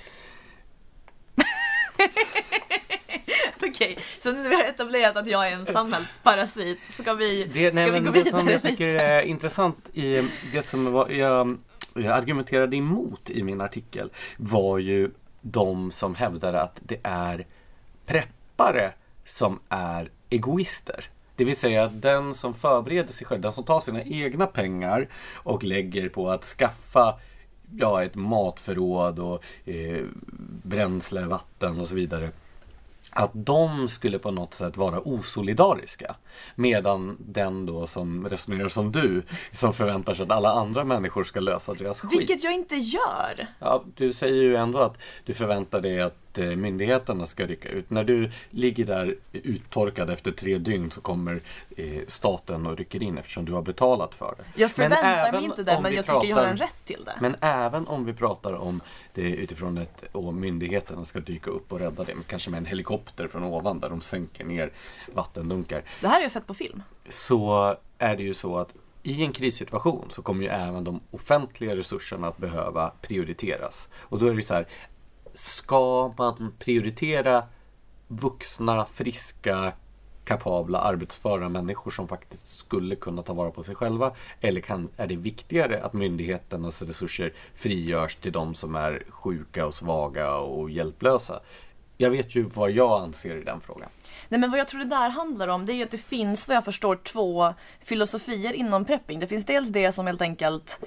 Okej, så nu har vi etablerat att jag är en samhällsparasit. Ska vi gå vidare? Det som jag tycker är intressant i det som jag argumenterade emot i min artikel var ju de som hävdade att det är preppare som är egoister. Det vill säga att den som förbereder sig själv, den som tar sina egna pengar och lägger på att skaffa ett matförråd och bränsle, vatten och så vidare, att de skulle på något sätt vara osolidariska, medan den då som resonerar som du, som förväntar sig att alla andra människor ska lösa deras skit. Vilket jag inte gör. Ja, du säger ju ändå att du förväntar dig att myndigheterna ska rycka ut. När du ligger där uttorkad efter 3 dygn så kommer staten och rycker in eftersom du har betalat för det. Jag förväntar mig inte det, men jag tycker jag har en rätt till det. Men även om vi pratar om det utifrån och myndigheterna ska dyka upp och rädda det, kanske med en helikopter från ovan där de sänker ner vattendunkar. Det här har jag sett på film. Så är det ju så att i en krissituation så kommer ju även de offentliga resurserna att behöva prioriteras. Och då är det ju så här, ska man prioritera vuxna, friska, kapabla, arbetsföra människor som faktiskt skulle kunna ta vara på sig själva? Eller är det viktigare att myndigheternas resurser frigörs till de som är sjuka och svaga och hjälplösa? Jag vet ju vad jag anser i den frågan. Nej, men vad jag tror det där handlar om, det är att det finns, vad jag förstår, 2 filosofier inom prepping. Det finns dels det som helt enkelt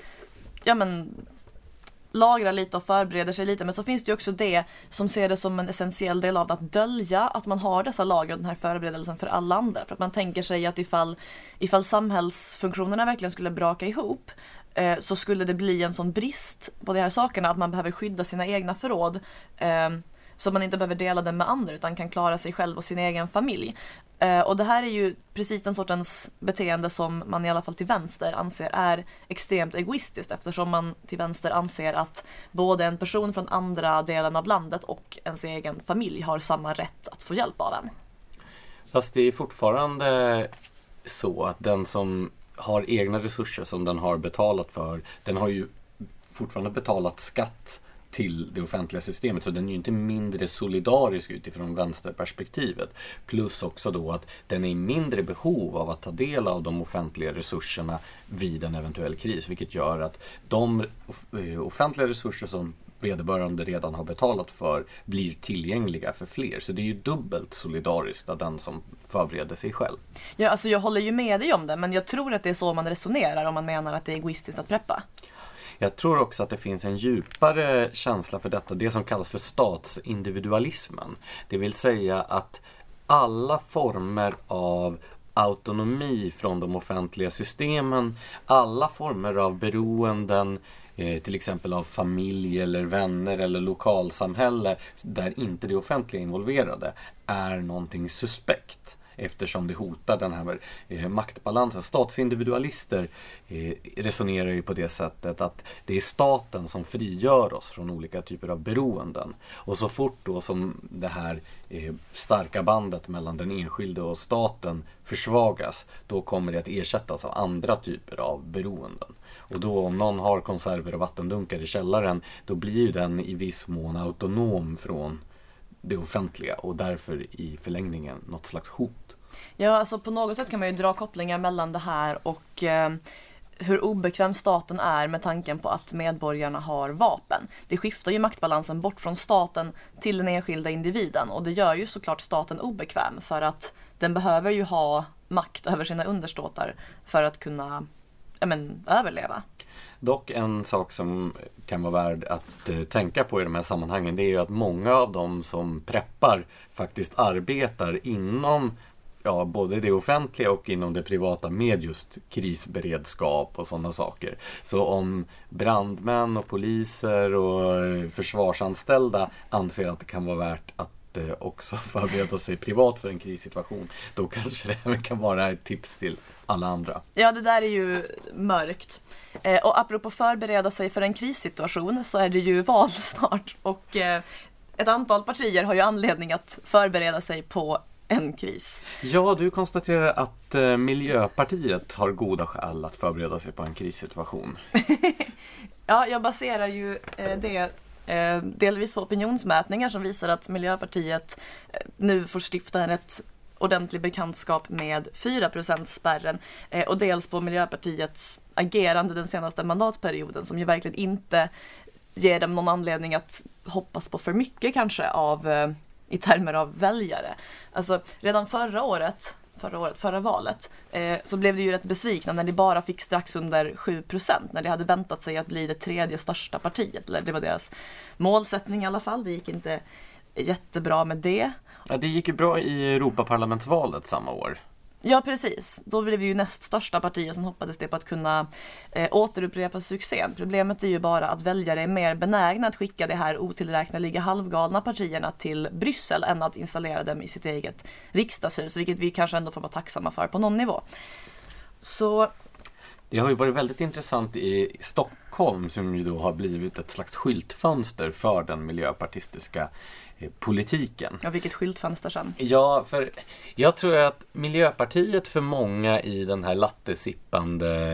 lagrar lite och förbereder sig lite, men så finns det ju också det som ser det som en essentiell del av det, att dölja att man har dessa lager och den här förberedelsen för alla andra. För att man tänker sig att ifall samhällsfunktionerna verkligen skulle braka ihop, så skulle det bli en sån brist på de här sakerna att man behöver skydda sina egna förråd, så man inte behöver dela den med andra utan kan klara sig själv och sin egen familj. Och det här är ju precis den sortens beteende som man i alla fall till vänster anser är extremt egoistiskt, eftersom man till vänster anser att både en person från andra delen av landet och ens egen familj har samma rätt att få hjälp av en. Fast det är fortfarande så att den som har egna resurser som den har betalat för, den har ju fortfarande betalat skatt till det offentliga systemet, så den är ju inte mindre solidarisk utifrån vänsterperspektivet. Plus också då att den är i mindre behov av att ta del av de offentliga resurserna vid en eventuell kris, vilket gör att de offentliga resurser som vederbörande redan har betalat för blir tillgängliga för fler. Så det är ju dubbelt solidariskt av den som förbereder sig själv. Ja, alltså jag håller ju med dig om det, men jag tror att det är så man resonerar om man menar att det är egoistiskt att preppa. Jag tror också att det finns en djupare känsla för detta, det som kallas för statsindividualismen. Det vill säga att alla former av autonomi från de offentliga systemen, alla former av beroenden, till exempel av familj eller vänner eller lokalsamhälle där inte det offentliga är involverade, är någonting suspekt. Eftersom det hotar den här maktbalansen. Statsindividualister resonerar ju på det sättet att det är staten som frigör oss från olika typer av beroenden. Och så fort då som det här starka bandet mellan den enskilde och staten försvagas, då kommer det att ersättas av andra typer av beroenden. Och då om någon har konserver och vattendunkar i källaren, då blir ju den i viss mån autonom från det offentliga och därför i förlängningen något slags hot. Ja, alltså på något sätt kan man ju dra kopplingar mellan det här och hur obekväm staten är med tanken på att medborgarna har vapen. Det skiftar ju maktbalansen bort från staten till den enskilda individen och det gör ju såklart staten obekväm för att den behöver ju ha makt över sina underståtar för att kunna överleva. Dock en sak som kan vara värd att tänka på i de här sammanhangen, det är ju att många av dem som preppar faktiskt arbetar inom både det offentliga och inom det privata med just krisberedskap och sådana saker. Så om brandmän och poliser och försvarsanställda anser att det kan vara värt att också förbereda sig privat för en krissituation, då kanske det även kan vara ett tips till alla andra. Ja, det där är ju mörkt. Och apropå förbereda sig för en krissituation så är det ju val snart och ett antal partier har ju anledning att förbereda sig på en kris. Ja, du konstaterar att Miljöpartiet har goda skäl att förbereda sig på en krissituation. Ja, jag baserar ju det delvis på opinionsmätningar som visar att Miljöpartiet nu får stifta en rätt ordentlig bekantskap med 4%-spärren och dels på Miljöpartiets agerande den senaste mandatperioden som ju verkligen inte ger dem någon anledning att hoppas på för mycket kanske i termer av väljare. Alltså redan förra valet så blev det ju rätt besvikna när de bara fick strax under 7%, när de hade väntat sig att bli det tredje största partiet, eller det var deras målsättning i alla fall. Det gick inte jättebra med det. Ja, det gick ju bra i Europaparlamentsvalet samma år. Ja, precis. Då blev vi ju näst största partiet som hoppades det på att kunna återupprepa succén. Problemet är ju bara att väljare är mer benägna att skicka det här otillräkneliga halvgalna partierna till Bryssel än att installera dem i sitt eget riksdagshus, vilket vi kanske ändå får vara tacksamma för på någon nivå. Så det har ju varit väldigt intressant i Stockholm som ju då har blivit ett slags skyltfönster för den miljöpartistiska politiken. Ja, vilket skyltfönster sen. Ja, för jag tror att Miljöpartiet för många i den här lattesippande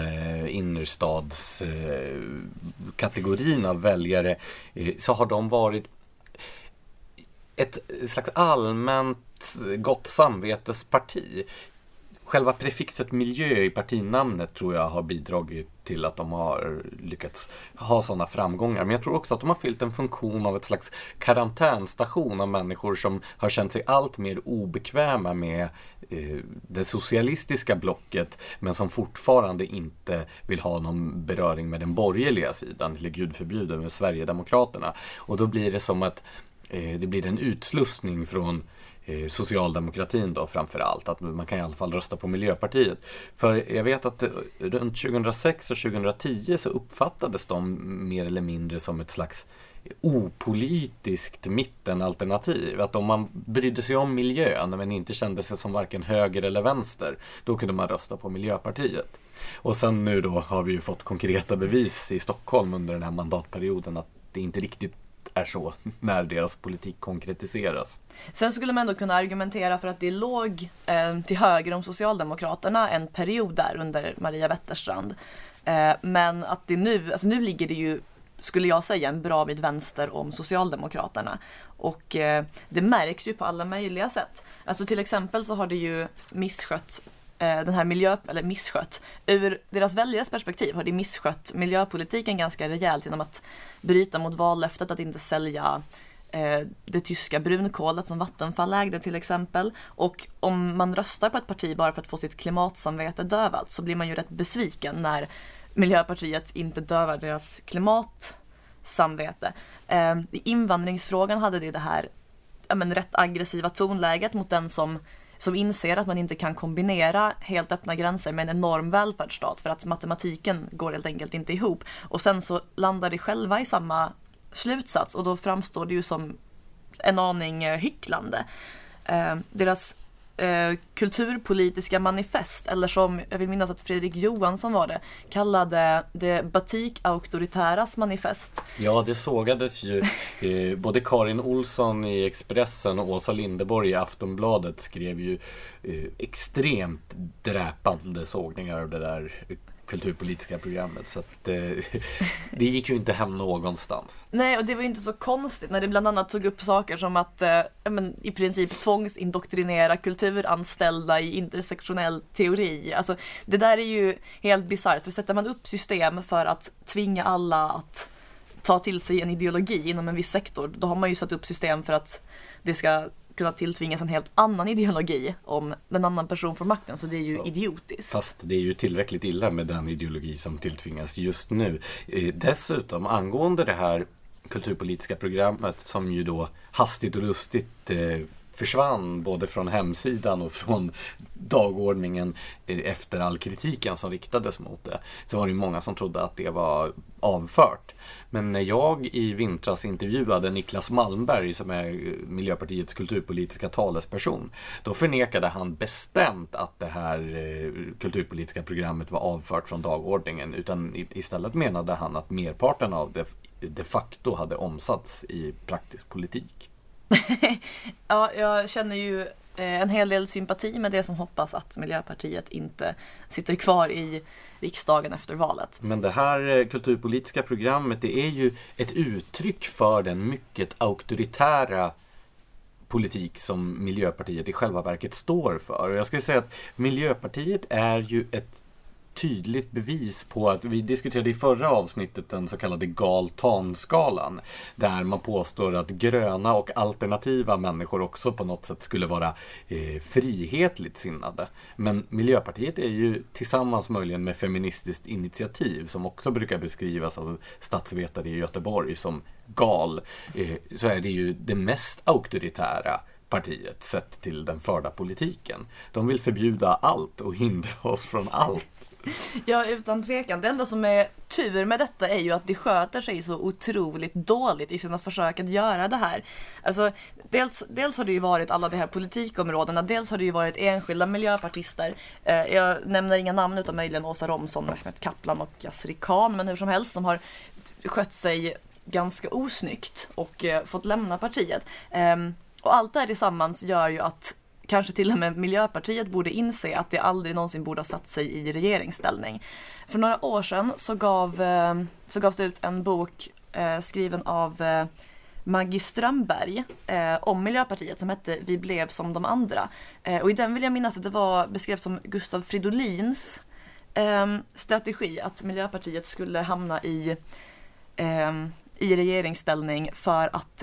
innerstadskategorin av väljare så har de varit ett slags allmänt gott samvetesparti. Själva prefixet miljö i partinamnet tror jag har bidragit till att de har lyckats ha sådana framgångar. Men jag tror också att de har fyllt en funktion av ett slags karantänstation av människor som har känt sig allt mer obekväma med det socialistiska blocket men som fortfarande inte vill ha någon beröring med den borgerliga sidan, eller gud förbjuder med Sverigedemokraterna. Och då blir det som att det blir en utslussning från socialdemokratin då framför allt, att man kan i alla fall rösta på Miljöpartiet. För jag vet att runt 2006 och 2010 så uppfattades de mer eller mindre som ett slags opolitiskt mittenalternativ. Att om man brydde sig om miljön men inte kände sig som varken höger eller vänster, då kunde man rösta på Miljöpartiet. Och sen nu då har vi ju fått konkreta bevis i Stockholm under den här mandatperioden att det inte riktigt är så när deras politik konkretiseras. Sen skulle man ändå kunna argumentera för att det låg till höger om Socialdemokraterna en period där under Maria Wetterstrand. Men att det nu ligger det ju, skulle jag säga, en bra bit vänster om Socialdemokraterna. Och det märks ju på alla möjliga sätt. Alltså till exempel så har det ju misskött den här misskött. Ur deras väljares perspektiv har de misskött miljöpolitiken ganska rejält genom att bryta mot vallöftet att inte sälja det tyska brunkolet som Vattenfall ägde till exempel. Och om man röstar på ett parti bara för att få sitt klimatsamvete dövat så blir man ju rätt besviken när Miljöpartiet inte dövar deras klimatsamvete. I invandringsfrågan hade det här rätt aggressiva tonläget mot den som inser att man inte kan kombinera helt öppna gränser med en enorm välfärdsstat för att matematiken går helt enkelt inte ihop. Och sen så landar de själva i samma slutsats och då framstår det ju som en aning hycklande. Deras kulturpolitiska manifest, eller som jag vill minnas att Fredrik Johansson var det, kallade det batik-auktoritäras manifest. Ja, det sågades ju. Både Karin Olsson i Expressen och Åsa Linderborg i Aftonbladet skrev ju extremt dräpande sågningar av det där kulturpolitiska programmet, så att det gick ju inte hem någonstans. Nej, och det var ju inte så konstigt när det bland annat tog upp saker som att i princip tvångsindoktrinera kulturanställda i intersektionell teori. Alltså, det där är ju helt bisarrt, för sätter man upp system för att tvinga alla att ta till sig en ideologi inom en viss sektor, då har man ju satt upp system för att det ska kunna tilltvingas en helt annan ideologi om en annan person får makten, så det är ju idiotiskt. Fast det är ju tillräckligt illa med den ideologi som tilltvingas just nu. Dessutom, angående det här kulturpolitiska programmet som ju då hastigt och lustigt försvann både från hemsidan och från dagordningen efter all kritiken som riktades mot det, så var det många som trodde att det var avfört. Men när jag i vintras intervjuade Niklas Malmberg, som är Miljöpartiets kulturpolitiska talesperson, då förnekade han bestämt att det här kulturpolitiska programmet var avfört från dagordningen, utan istället menade han att merparten av det de facto hade omsatts i praktisk politik. Ja, jag känner ju en hel del sympati med det som hoppas att Miljöpartiet inte sitter kvar i riksdagen efter valet. Men det här kulturpolitiska programmet, det är ju ett uttryck för den mycket auktoritära politik som Miljöpartiet i själva verket står för. Och jag skulle säga att Miljöpartiet är ju ett tydligt bevis på att vi diskuterade i förra avsnittet den så kallade Galtan-skalan, där man påstår att gröna och alternativa människor också på något sätt skulle vara frihetligt sinnade. Men Miljöpartiet är ju tillsammans möjligen med Feministiskt initiativ, som också brukar beskrivas av statsvetare i Göteborg som gal, så är det ju det mest auktoritära partiet sett till den förda politiken. De vill förbjuda allt och hindra oss från allt. Ja, utan tvekan. Det enda som är tur med detta är ju att de sköter sig så otroligt dåligt i sina försök att göra det här. Alltså, dels har det ju varit alla de här politikområdena, dels har det ju varit enskilda miljöpartister. Jag nämner inga namn utan möjligen Åsa Romson, Mehmet Kaplan och Yasri Khan, men hur som helst, de har skött sig ganska osnyggt och fått lämna partiet. Och allt det här tillsammans gör ju att kanske till och med Miljöpartiet borde inse att det aldrig någonsin borde ha satt sig i regeringsställning. För några år sedan så gavs det ut en bok skriven av Maggie Strömberg om Miljöpartiet som hette Vi blev som de andra. Och i den vill jag minnas att det beskrevs som Gustav Fridolins strategi att Miljöpartiet skulle hamna i regeringsställning för att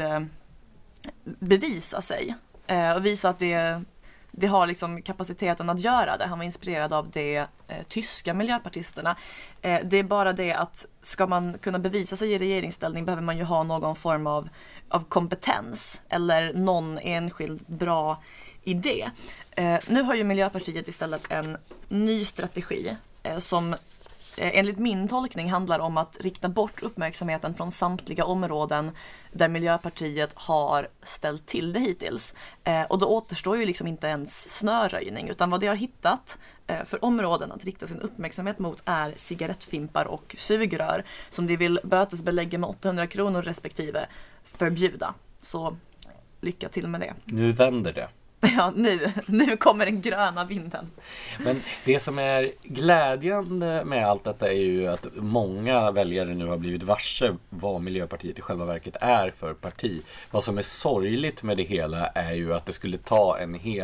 bevisa sig och visa att det har liksom kapaciteten att göra det. Han var inspirerad av de tyska miljöpartisterna. Det är bara det att ska man kunna bevisa sig i regeringsställning behöver man ju ha någon form av kompetens eller någon enskild bra idé. Nu har ju Miljöpartiet istället en ny strategi som enligt min tolkning handlar om att rikta bort uppmärksamheten från samtliga områden där Miljöpartiet har ställt till det hittills. Och då återstår ju liksom inte ens snöröjning, utan vad de har hittat för områden att rikta sin uppmärksamhet mot är cigarettfimpar och sugrör som de vill bötesbelägga med 800 kronor respektive förbjuda. Så lycka till med det. Nu vänder det. Ja, nu kommer den gröna vinden. Men det som är glädjande med allt detta är ju att många väljare nu har blivit varse vad Miljöpartiet i själva verket är för parti. Vad som är sorgligt med det hela är ju att det skulle ta en hel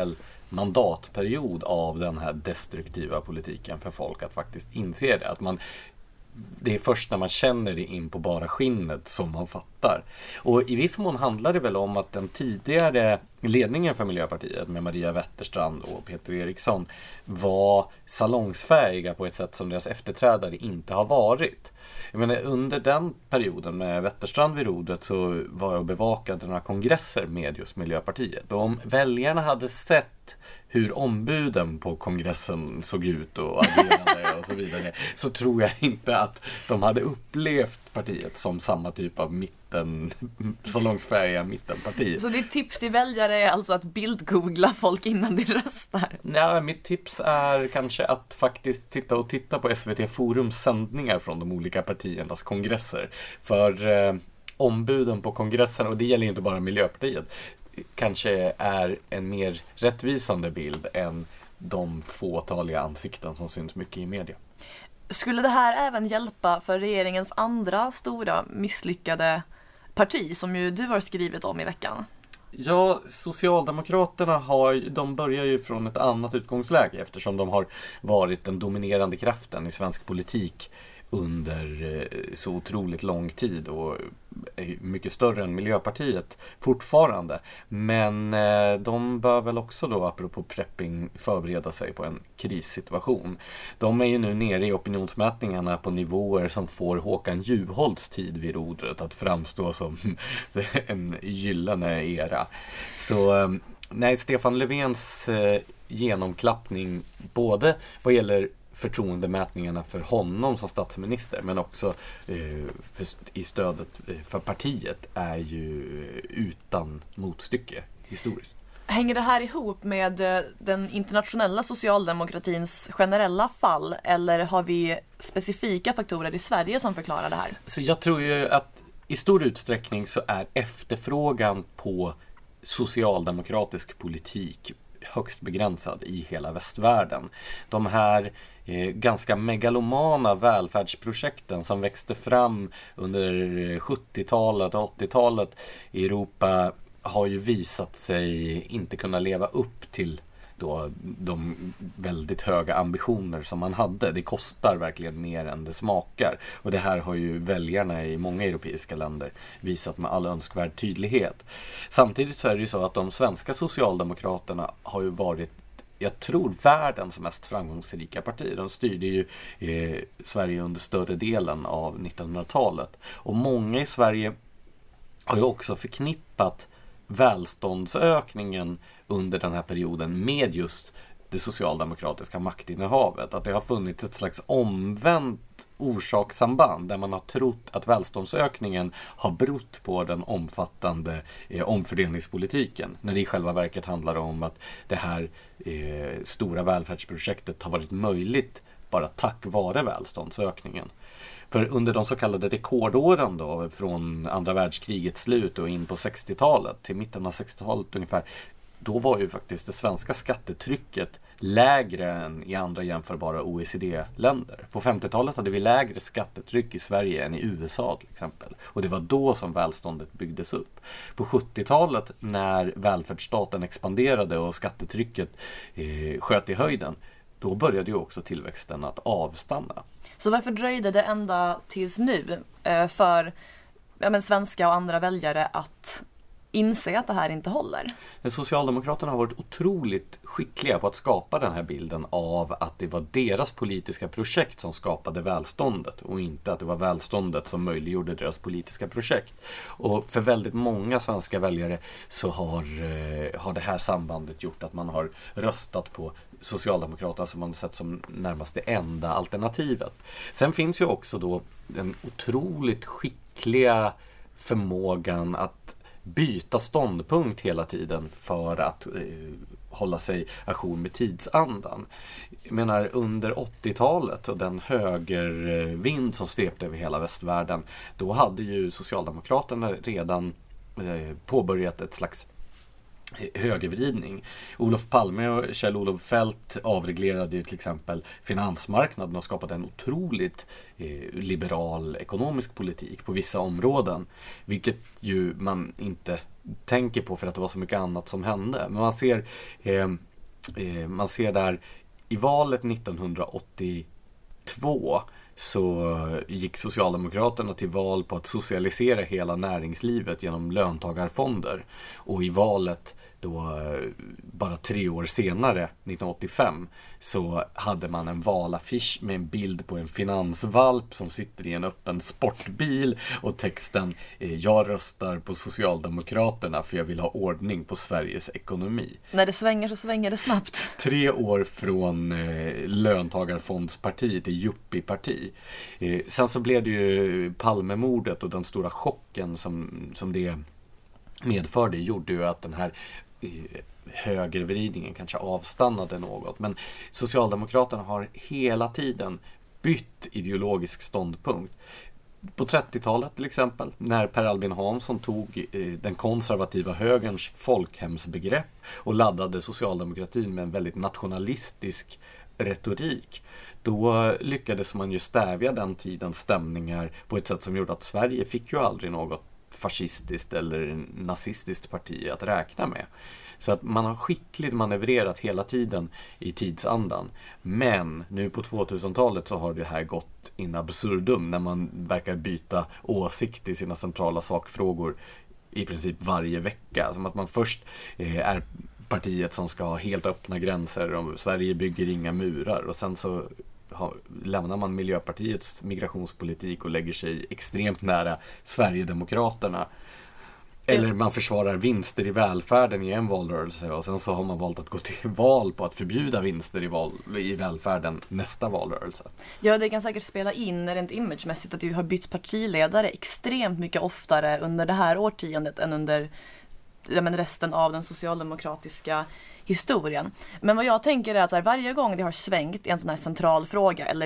mandatperiod av den här destruktiva politiken för folk att faktiskt inse det. Att det är först när man känner det in på bara skinnet som man fattar. Och i viss mån handlar det väl om att den tidigare ledningen för Miljöpartiet med Maria Wetterstrand och Peter Eriksson var salongsfähiga på ett sätt som deras efterträdare inte har varit. Jag menar, under den perioden med Wetterstrand vid rodret så var jag och bevakade några kongresser med just Miljöpartiet. Och om väljarna hade sett hur ombuden på kongressen såg ut och agerade och så vidare, så tror jag inte att de hade upplevt partiet som samma typ av salongsfärdiga mittenparti. Så ditt tips till väljare är alltså att bildgoogla folk innan de röstar? Nej, mitt tips är kanske att faktiskt titta på SVT Forums sändningar från de olika partiernas kongresser. För ombuden på kongressen, och det gäller inte bara Miljöpartiet, kanske är en mer rättvisande bild än de fåtaliga ansikten som syns mycket i media. Skulle det här även hjälpa för regeringens andra stora misslyckade parti som ju du har skrivit om i veckan? Ja, Socialdemokraterna de börjar ju från ett annat utgångsläge eftersom de har varit den dominerande kraften i svensk politik under så otroligt lång tid och är mycket större än Miljöpartiet fortfarande. Men de bör väl också då, apropå prepping, förbereda sig på en krissituation. De är ju nu nere i opinionsmätningarna på nivåer som får Håkan Juholts tid vid rodret att framstå som en gyllene era. Så nej, Stefan Löfvens genomklappning både vad gäller förtroendemätningarna för honom som statsminister men också i stödet för partiet är ju utan motstycke historiskt. Hänger det här ihop med den internationella socialdemokratins generella fall eller har vi specifika faktorer i Sverige som förklarar det här? Så jag tror ju att i stor utsträckning så är efterfrågan på socialdemokratisk politik högst begränsad i hela västvärlden. De här ganska megalomana välfärdsprojekten som växte fram under 70-talet och 80-talet i Europa har ju visat sig inte kunna leva upp till då de väldigt höga ambitioner som man hade. Det kostar verkligen mer än det smakar. Och det här har ju väljarna i många europeiska länder visat med all önskvärd tydlighet. Samtidigt så är det ju så att de svenska socialdemokraterna har ju varit, jag tror, världens mest framgångsrika parti. De styrde ju Sverige under större delen av 1900-talet. Och många i Sverige har ju också förknippat välståndsökningen under den här perioden med just det socialdemokratiska maktinnehavet. Att det har funnits ett slags omvänt orsakssamband där man har trott att välståndsökningen har berott på den omfattande omfördelningspolitiken. När det i själva verket handlar om att det här stora välfärdsprojektet har varit möjligt bara tack vare välståndsökningen. För under de så kallade rekordåren då, från andra världskrigets slut och in på 60-talet till mitten av 60-talet ungefär, då var ju faktiskt det svenska skattetrycket lägre än i andra jämförbara OECD-länder. På 50-talet hade vi lägre skattetryck i Sverige än i USA till exempel. Och det var då som välståndet byggdes upp. På 70-talet när välfärdsstaten expanderade och skattetrycket sköt i höjden, då började ju också tillväxten att avstanna. Så varför dröjde det ända tills nu för svenska och andra väljare att inse att det här inte håller? Socialdemokraterna har varit otroligt skickliga på att skapa den här bilden av att det var deras politiska projekt som skapade välståndet och inte att det var välståndet som möjliggjorde deras politiska projekt. Och för väldigt många svenska väljare så har det här sambandet gjort att man har röstat på Socialdemokraterna som man sett som närmast det enda alternativet. Sen finns ju också då den otroligt skickliga förmågan att byta ståndpunkt hela tiden för att hålla sig ajour med tidsandan. Jag menar, under 80-talet och den högervind som svepte över hela västvärlden, då hade ju Socialdemokraterna redan påbörjat ett slags högervridning. Olof Palme och Kjell-Olof Feldt avreglerade ju till exempel finansmarknaden och skapade en otroligt liberal ekonomisk politik på vissa områden, vilket ju man inte tänker på för att det var så mycket annat som hände. Men man ser man ser där i valet 1982 så gick Socialdemokraterna till val på att socialisera hela näringslivet genom löntagarfonder. Och i valet då bara 3 år senare, 1985, så hade man en valaffisch med en bild på en finansvalp som sitter i en öppen sportbil och texten "Jag röstar på Socialdemokraterna för jag vill ha ordning på Sveriges ekonomi". När det svänger så svänger det snabbt. 3 år från löntagarfondsparti till yuppieparti. Sen så blev det ju Palmemordet och den stora chocken som det medförde gjorde ju att den här högervridningen kanske avstannade något. Men Socialdemokraterna har hela tiden bytt ideologisk ståndpunkt. På 30-talet till exempel, när Per Albin Hansson tog den konservativa högerns folkhemsbegrepp och laddade socialdemokratin med en väldigt nationalistisk retorik, då lyckades man ju stävja den tidens stämningar på ett sätt som gjorde att Sverige fick ju aldrig något fascistiskt eller nazistiskt parti att räkna med. Så att man har skickligt manövrerat hela tiden i tidsandan. Men nu på 2000-talet så har det här gått in absurdum när man verkar byta åsikt i sina centrala sakfrågor i princip varje vecka. Som att man först är partiet som ska ha helt öppna gränser och Sverige bygger inga murar, och sen så lämnar man Miljöpartiets migrationspolitik och lägger sig extremt nära Sverigedemokraterna. Eller man försvarar vinster i välfärden i en valrörelse och sen så har man valt att gå till val på att förbjuda vinster i välfärden nästa valrörelse. Ja, det kan säkert spela in rent imagemässigt att du har bytt partiledare extremt mycket oftare under det här årtiondet än under resten av den socialdemokratiska historien. Men vad jag tänker är att varje gång det har svängt i en sån här central fråga eller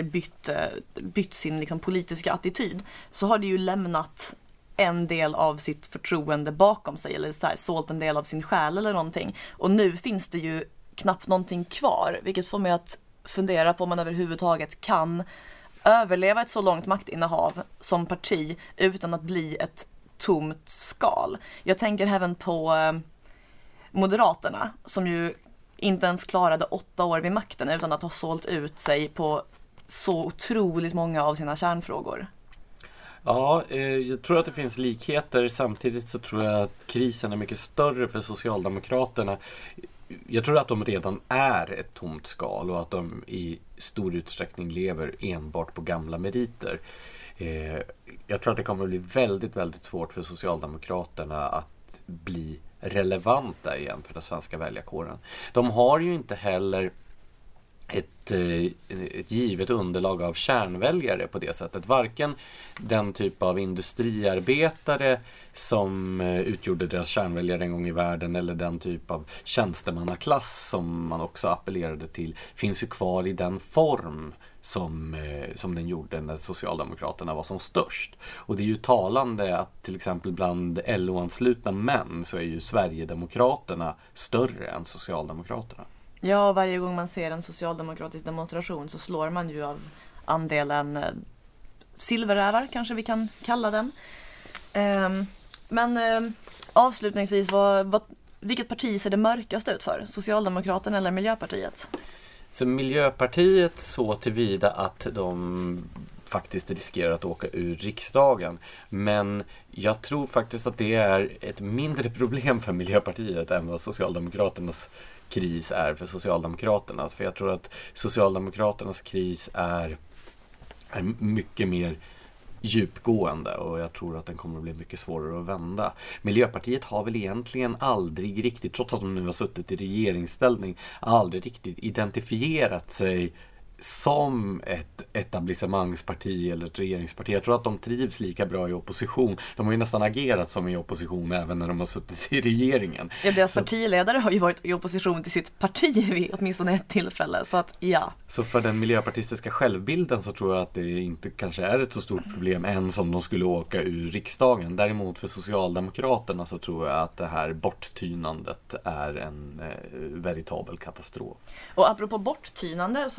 bytt sin liksom politiska attityd, så har det ju lämnat en del av sitt förtroende bakom sig eller så här, sålt en del av sin själ eller någonting. Och nu finns det ju knappt någonting kvar, vilket får mig att fundera på om man överhuvudtaget kan överleva ett så långt maktinnehav som parti utan att bli ett tomt skal. Jag tänker även på Moderaterna som ju inte ens klarade 8 år vid makten utan att ha sålt ut sig på så otroligt många av sina kärnfrågor. Ja, jag tror att det finns likheter. Samtidigt så tror jag att krisen är mycket större för Socialdemokraterna. Jag tror att de redan är ett tomt skal och att de i stor utsträckning lever enbart på gamla meriter. Jag tror att det kommer att bli väldigt, väldigt svårt för Socialdemokraterna att bli relevanta igen för den svenska väljarkåren. De har ju inte heller ett givet underlag av kärnväljare på det sättet. Varken den typ av industriarbetare som utgjorde deras kärnväljare en gång i världen eller den typ av tjänstemannaklass som man också appellerade till finns ju kvar i den form som den gjorde när Socialdemokraterna var som störst. Och det är ju talande att till exempel bland LO-anslutna män så är ju Sverigedemokraterna större än Socialdemokraterna. Ja, varje gång man ser en socialdemokratisk demonstration så slår man ju av andelen silverrävar, kanske vi kan kalla den. Men avslutningsvis, vilket parti ser det mörkast ut för? Socialdemokraterna eller Miljöpartiet? Så Miljöpartiet så tillvida att de faktiskt riskerar att åka ur riksdagen. Men jag tror faktiskt att det är ett mindre problem för Miljöpartiet än vad Socialdemokraternas kris är för Socialdemokraterna. För jag tror att Socialdemokraternas kris är mycket mer djupgående och jag tror att den kommer att bli mycket svårare att vända. Miljöpartiet har väl egentligen aldrig riktigt, trots att de nu har suttit i regeringsställning, aldrig riktigt identifierat sig som ett etablissemangsparti eller ett regeringsparti. Jag tror att de trivs lika bra i opposition. De har ju nästan agerat som i opposition även när de har suttit i regeringen. Ja, deras partiledare har ju varit i opposition till sitt parti vid åtminstone ett tillfälle. Så att, ja. Så för den miljöpartistiska självbilden så tror jag att det inte kanske är ett så stort problem än som de skulle åka ur riksdagen. Däremot för Socialdemokraterna så tror jag att det här borttynandet är en veritabel katastrof. Och apropå borttynande så har jag ju skrivit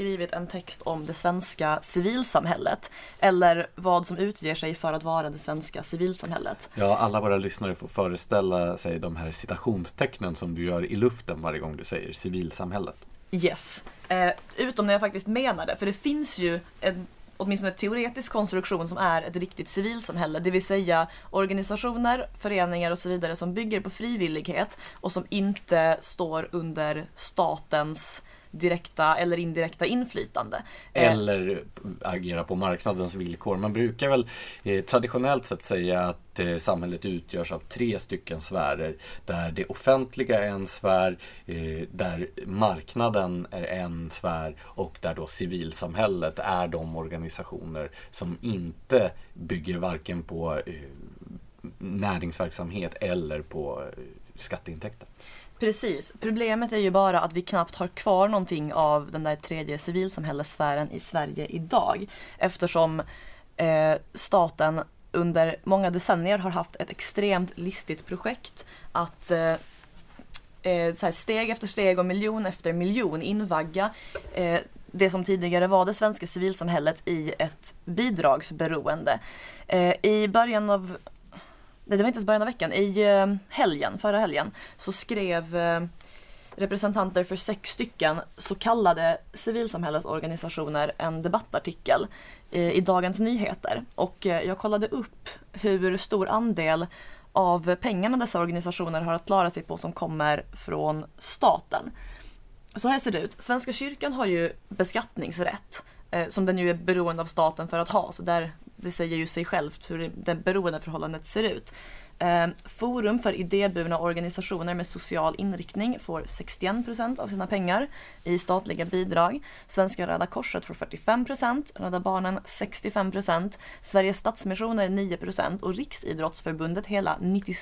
skrivit en text om det svenska civilsamhället, eller vad som utger sig för att vara det svenska civilsamhället. Ja, alla våra lyssnare får föreställa sig de här citationstecknen som du gör i luften varje gång du säger civilsamhället. Yes, utom när jag faktiskt menar det, för det finns ju åtminstone en teoretisk konstruktion som är ett riktigt civilsamhälle, det vill säga organisationer, föreningar och så vidare som bygger på frivillighet och som inte står under statens direkta eller indirekta inflytande. Eller agera på marknadens villkor. Man brukar väl traditionellt sett säga att samhället utgörs av 3 stycken sfärer. Där det offentliga är en sfär, där marknaden är en sfär och där då civilsamhället är de organisationer som inte bygger varken på näringsverksamhet eller på skatteintäkter. Precis. Problemet är ju bara att vi knappt har kvar någonting av den där tredje civilsamhällessfären i Sverige idag. Eftersom staten under många decennier har haft ett extremt listigt projekt att så här steg efter steg och miljon efter miljon invagga det som tidigare var det svenska civilsamhället i ett bidragsberoende. I början av Det var inte ens början av veckan. I förra helgen, så skrev representanter för 6 stycken så kallade civilsamhällesorganisationer en debattartikel i Dagens Nyheter. Och jag kollade upp hur stor andel av pengarna dessa organisationer har att klara sig på som kommer från staten. Så här ser det ut. Svenska kyrkan har ju beskattningsrätt som den ju är beroende av staten för att ha. Så det säger ju sig självt hur det beroendeförhållandet ser ut. Forum för idéburna organisationer med social inriktning får 61% av sina pengar i statliga bidrag. Svenska Röda Korset får 45%, Rädda Barnen 65%, Sveriges Stadsmissioner 9% och Riksidrottsförbundet hela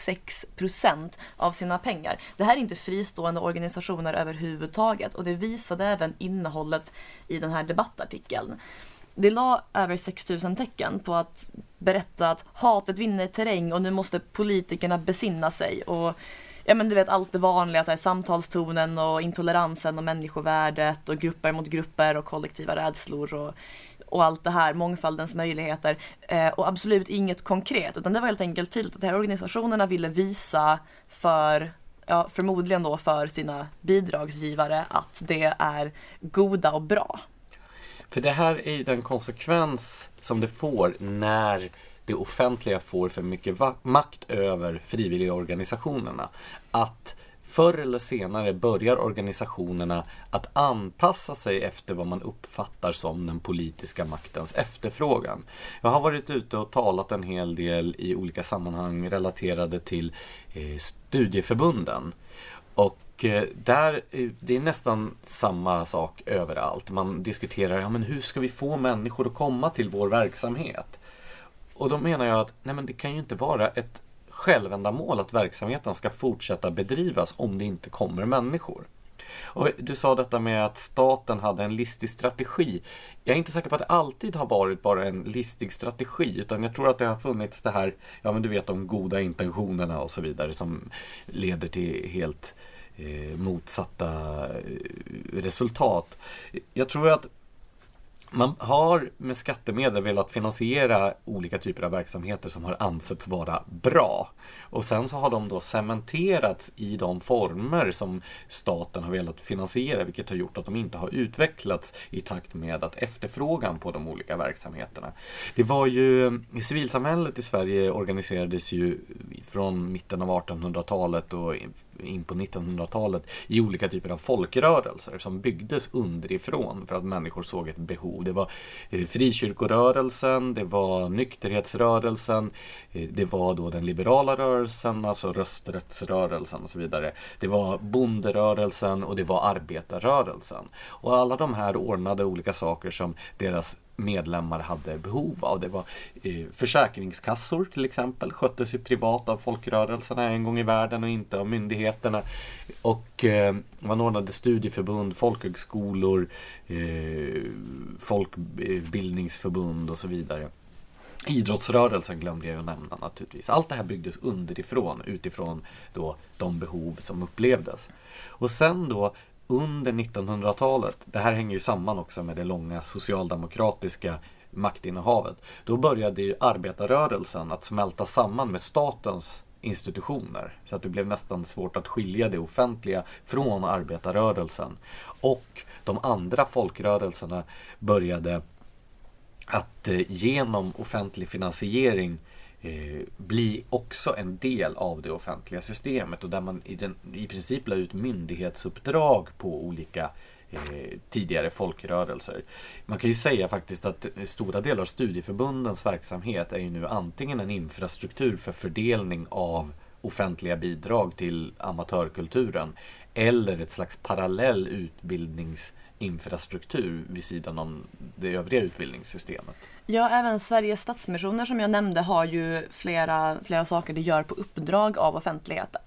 96% av sina pengar. Det här är inte fristående organisationer överhuvudtaget, och det visade även innehållet i den här debattartikeln. Det la över 6000 tecken på att berätta att hatet vinner terräng och nu måste politikerna besinna sig. Och ja, men du vet, allt det vanliga, så här, samtalstonen och intoleransen och människovärdet och grupper mot grupper och kollektiva rädslor och allt det här, mångfaldens möjligheter. Och absolut inget konkret, utan det var helt enkelt tydligt att de här organisationerna ville visa förmodligen då för sina bidragsgivare att det är goda och bra. För det här är ju den konsekvens som det får när det offentliga får för mycket makt över frivilliga organisationerna. Att förr eller senare börjar organisationerna att anpassa sig efter vad man uppfattar som den politiska maktens efterfrågan. Jag har varit ute och talat en hel del i olika sammanhang relaterade till studieförbunden. Och det är nästan samma sak överallt. Man diskuterar, men hur ska vi få människor att komma till vår verksamhet? Och då menar jag att det kan ju inte vara ett självändamål att verksamheten ska fortsätta bedrivas om det inte kommer människor. Och du sa detta med att staten hade en listig strategi. Jag är inte säker på att det alltid har varit bara en listig strategi, utan jag tror att det har funnits det här, du vet, de goda intentionerna och så vidare som leder till helt motsatta resultat. Jag tror att man har med skattemedel velat finansiera olika typer av verksamheter som har ansetts vara bra. Och sen så har de då cementerats i de former som staten har velat finansiera, vilket har gjort att de inte har utvecklats i takt med att efterfrågan på de olika verksamheterna. Det var ju, civilsamhället i Sverige organiserades ju från mitten av 1800-talet och in på 1900-talet i olika typer av folkrörelser som byggdes underifrån för att människor såg ett behov. Det var frikyrkorörelsen, det var nykterhetsrörelsen, det var då den liberala rörelsen, alltså rösträttsrörelsen och så vidare. Det var bonderörelsen och det var arbetarrörelsen. Och alla de här ordnade olika saker som deras medlemmar hade behov av. Det var försäkringskassor till exempel, sköttes ju privat av folkrörelserna en gång i världen och inte av myndigheterna. Och man ordnade studieförbund, folkhögskolor, folkbildningsförbund och så vidare. Idrottsrörelsen glömde jag att nämna naturligtvis. Allt det här byggdes underifrån, utifrån då de behov som upplevdes. Och sen då under 1900-talet, det här hänger ju samman också med det långa socialdemokratiska maktinnehavet, då började ju arbetarrörelsen att smälta samman med statens institutioner, så att det blev nästan svårt att skilja det offentliga från arbetarrörelsen. Och de andra folkrörelserna började att genom offentlig finansiering bli också en del av det offentliga systemet, och där man i princip la ut myndighetsuppdrag på olika tidigare folkrörelser. Man kan ju säga faktiskt att stora delar av studieförbundens verksamhet är ju nu antingen en infrastruktur för fördelning av offentliga bidrag till amatörkulturen eller ett slags parallell utbildningsinfrastruktur vid sidan om det övriga utbildningssystemet. Ja, även Sveriges Stadsmissioner som jag nämnde har ju flera saker det gör på uppdrag av offentligheten.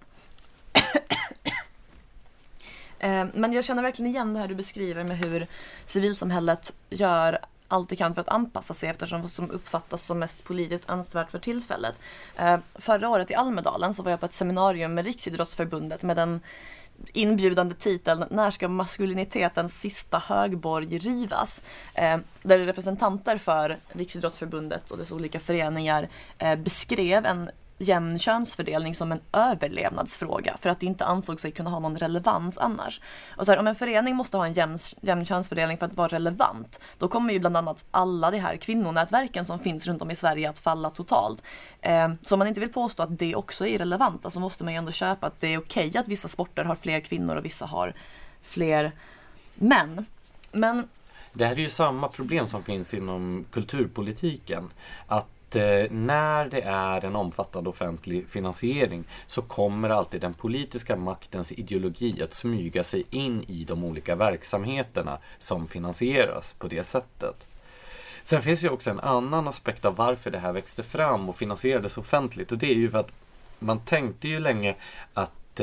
Men jag känner verkligen igen det här du beskriver med hur civilsamhället gör allt det kan för att anpassa sig eftersom vad som uppfattas som mest politiskt önskvärt för tillfället. Förra året i Almedalen så var jag på ett seminarium med Riksidrottsförbundet med den inbjudande titeln "När ska maskulinitetens sista högborg rivas?" Där representanter för Riksidrottsförbundet och dess olika föreningar beskrev en jämn könsfördelning som en överlevnadsfråga för att det inte ansåg sig kunna ha någon relevans annars. Och så här, om en förening måste ha en jämn könsfördelning för att vara relevant, då kommer ju bland annat alla de här kvinnonätverken som finns runt om i Sverige att falla totalt. Så om man inte vill påstå att det också är relevant, så måste man ju ändå köpa att det är okej att vissa sporter har fler kvinnor och vissa har fler män. Men det här är ju samma problem som finns inom kulturpolitiken, att när det är en omfattande offentlig finansiering så kommer alltid den politiska maktens ideologi att smyga sig in i de olika verksamheterna som finansieras på det sättet. Sen finns ju också en annan aspekt av varför det här växte fram och finansierades offentligt, och det är ju för att man tänkte ju länge att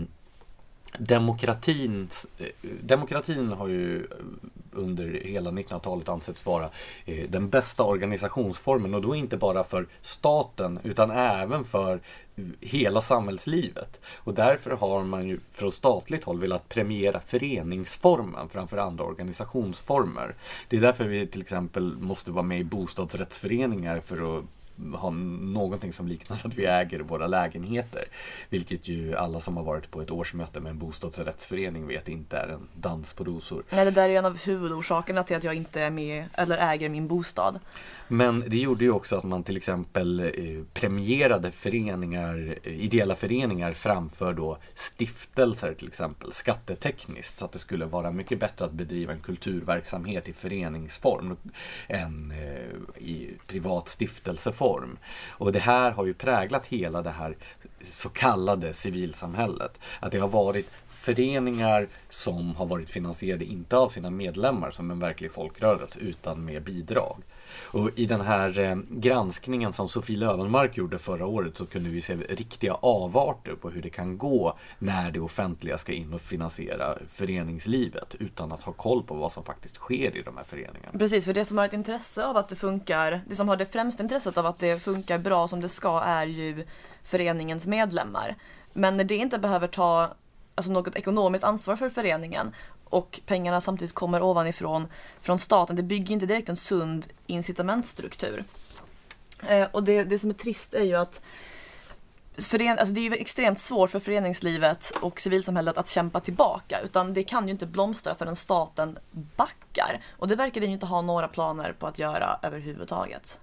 demokratin har ju under hela 1900-talet ansetts vara den bästa organisationsformen, och då inte bara för staten utan även för hela samhällslivet. Och därför har man ju från statligt håll velat premiera föreningsformen framför andra organisationsformer. Det är därför vi till exempel måste vara med i bostadsrättsföreningar för att ha någonting som liknar att vi äger våra lägenheter, vilket ju alla som har varit på ett årsmöte med en bostadsrättsförening vet inte är en dans på rosor. Nej, det där är en av huvudorsakerna till att jag inte är med eller äger min bostad. Men det gjorde ju också att man till exempel premierade ideella föreningar framför då stiftelser till exempel, skattetekniskt, så att det skulle vara mycket bättre att bedriva en kulturverksamhet i föreningsform än i privat stiftelseform. Och det här har ju präglat hela det här så kallade civilsamhället. Att det har varit föreningar som har varit finansierade inte av sina medlemmar som en verklig folkrörelse utan med bidrag. Och i den här granskningen som Sofie Lövenmark gjorde förra året så kunde vi se riktiga avarter på hur det kan gå när det offentliga ska in och finansiera föreningslivet utan att ha koll på vad som faktiskt sker i de här föreningarna. Precis, för det som har ett intresse av att det funkar, det som har det främsta intresset av att det funkar bra som det ska är ju föreningens medlemmar. Men när det inte behöver ta något ekonomiskt ansvar för föreningen och pengarna samtidigt kommer ovanifrån från staten, det bygger inte direkt en sund incitamentstruktur. Och det som är trist är ju att det är ju extremt svårt för föreningslivet och civilsamhället att kämpa tillbaka, utan det kan ju inte blomstra förrän staten backar. Och det verkar det ju inte ha några planer på att göra överhuvudtaget.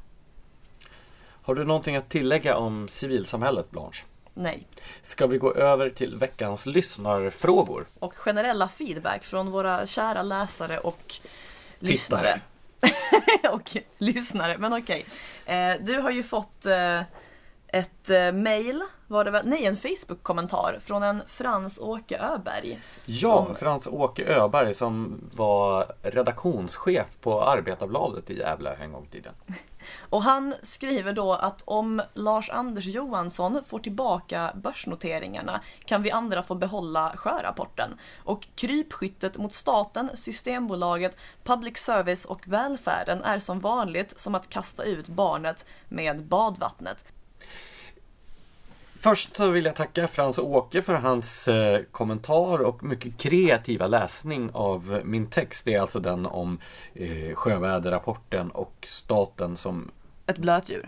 Har du någonting att tillägga om civilsamhället, Blanche? Nej. Ska vi gå över till veckans lyssnarfrågor? Och generella feedback från våra kära läsare och lyssnare. Och lyssnare, men okej. Du har ju fått ett mejl, en Facebook-kommentar från en Frans-Åke Öberg. Ja, Frans-Åke Öberg som var redaktionschef på Arbetarbladet i Gävle en gång i tiden. Och han skriver då att om Lars-Anders Johansson får tillbaka börsnoteringarna kan vi andra få behålla sjörapporten. Och krypskyttet mot staten, Systembolaget, public service och välfärden är som vanligt som att kasta ut barnet med badvattnet. Först så vill jag tacka Frans-Åke för hans kommentar och mycket kreativa läsning av min text. Det är alltså den om sjöväderrapporten och staten som ett blötdjur.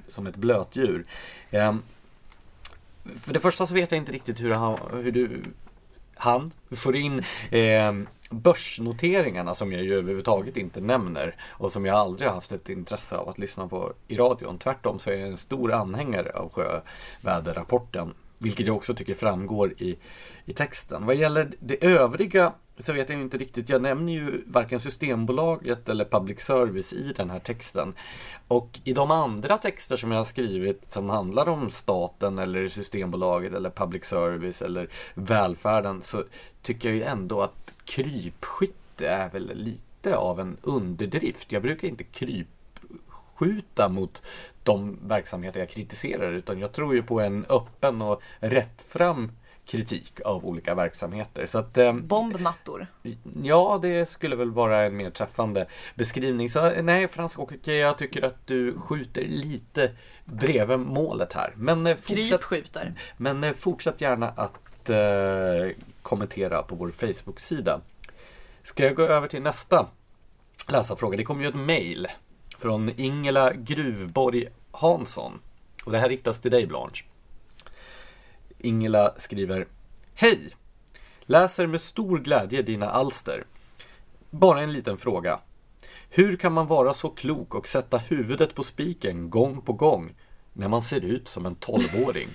För det första så vet jag inte riktigt hur han får in börsnoteringarna som jag ju överhuvudtaget inte nämner och som jag aldrig har haft ett intresse av att lyssna på i radion. Tvärtom så är jag en stor anhängare av sjöväderrapporten, vilket jag också tycker framgår i texten. Vad gäller det övriga så vet jag inte riktigt. Jag nämner ju varken Systembolaget eller public service i den här texten. Och i de andra texter som jag har skrivit som handlar om staten eller Systembolaget eller public service eller välfärden, så tycker jag ju ändå att krypskytte är väl lite av en underdrift. Jag brukar inte krypskjuta mot de verksamheter jag kritiserar, utan jag tror ju på en öppen och rättfram kritik av olika verksamheter. Så att, bombmattor. Ja, det skulle väl vara en mer träffande beskrivning. Så nej, Frans-Åke, jag tycker att du skjuter lite bredvid målet här. Men fortsätt gärna att kommentera på vår Facebook-sida. Ska jag gå över till nästa läsarfråga? Det kommer ju ett mejl från Ingela Gruvborg Hansson. Och det här riktas till dig, Blanche. Ingela skriver: Hej! Läser med stor glädje dina alster. Bara en liten fråga. Hur kan man vara så klok och sätta huvudet på spiken gång på gång när man ser ut som en 12-åring?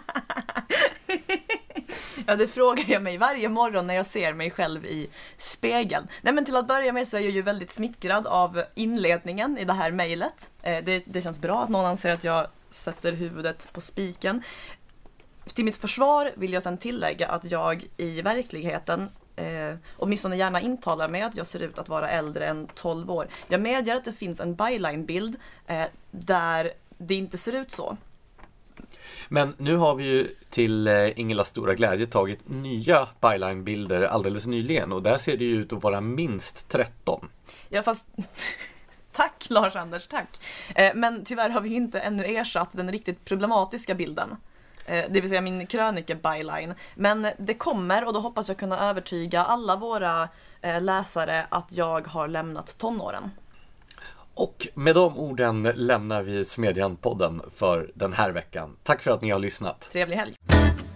Ja, det frågar jag mig varje morgon när jag ser mig själv i spegeln. Nej, men till att börja med så är jag ju väldigt smickrad av inledningen i det här mejlet. Det känns bra att någon anser att jag sätter huvudet på spiken. Till mitt försvar vill jag sedan tillägga att jag i verkligheten åtminstone gärna intalar mig att jag ser ut att vara äldre än 12 år. Jag medger att det finns en byline-bild där det inte ser ut så. Men nu har vi ju till Ingelas stora glädje tagit nya byline-bilder alldeles nyligen, och där ser det ju ut att vara minst 13. Ja, fast tack Lars-Anders, tack. Men tyvärr har vi inte ännu ersatt den riktigt problematiska bilden. Det vill säga min krönike-byline. Men det kommer, och då hoppas jag kunna övertyga alla våra läsare att jag har lämnat tonåren. Och med de orden lämnar vi Smedjan-podden för den här veckan. Tack för att ni har lyssnat. Trevlig helg.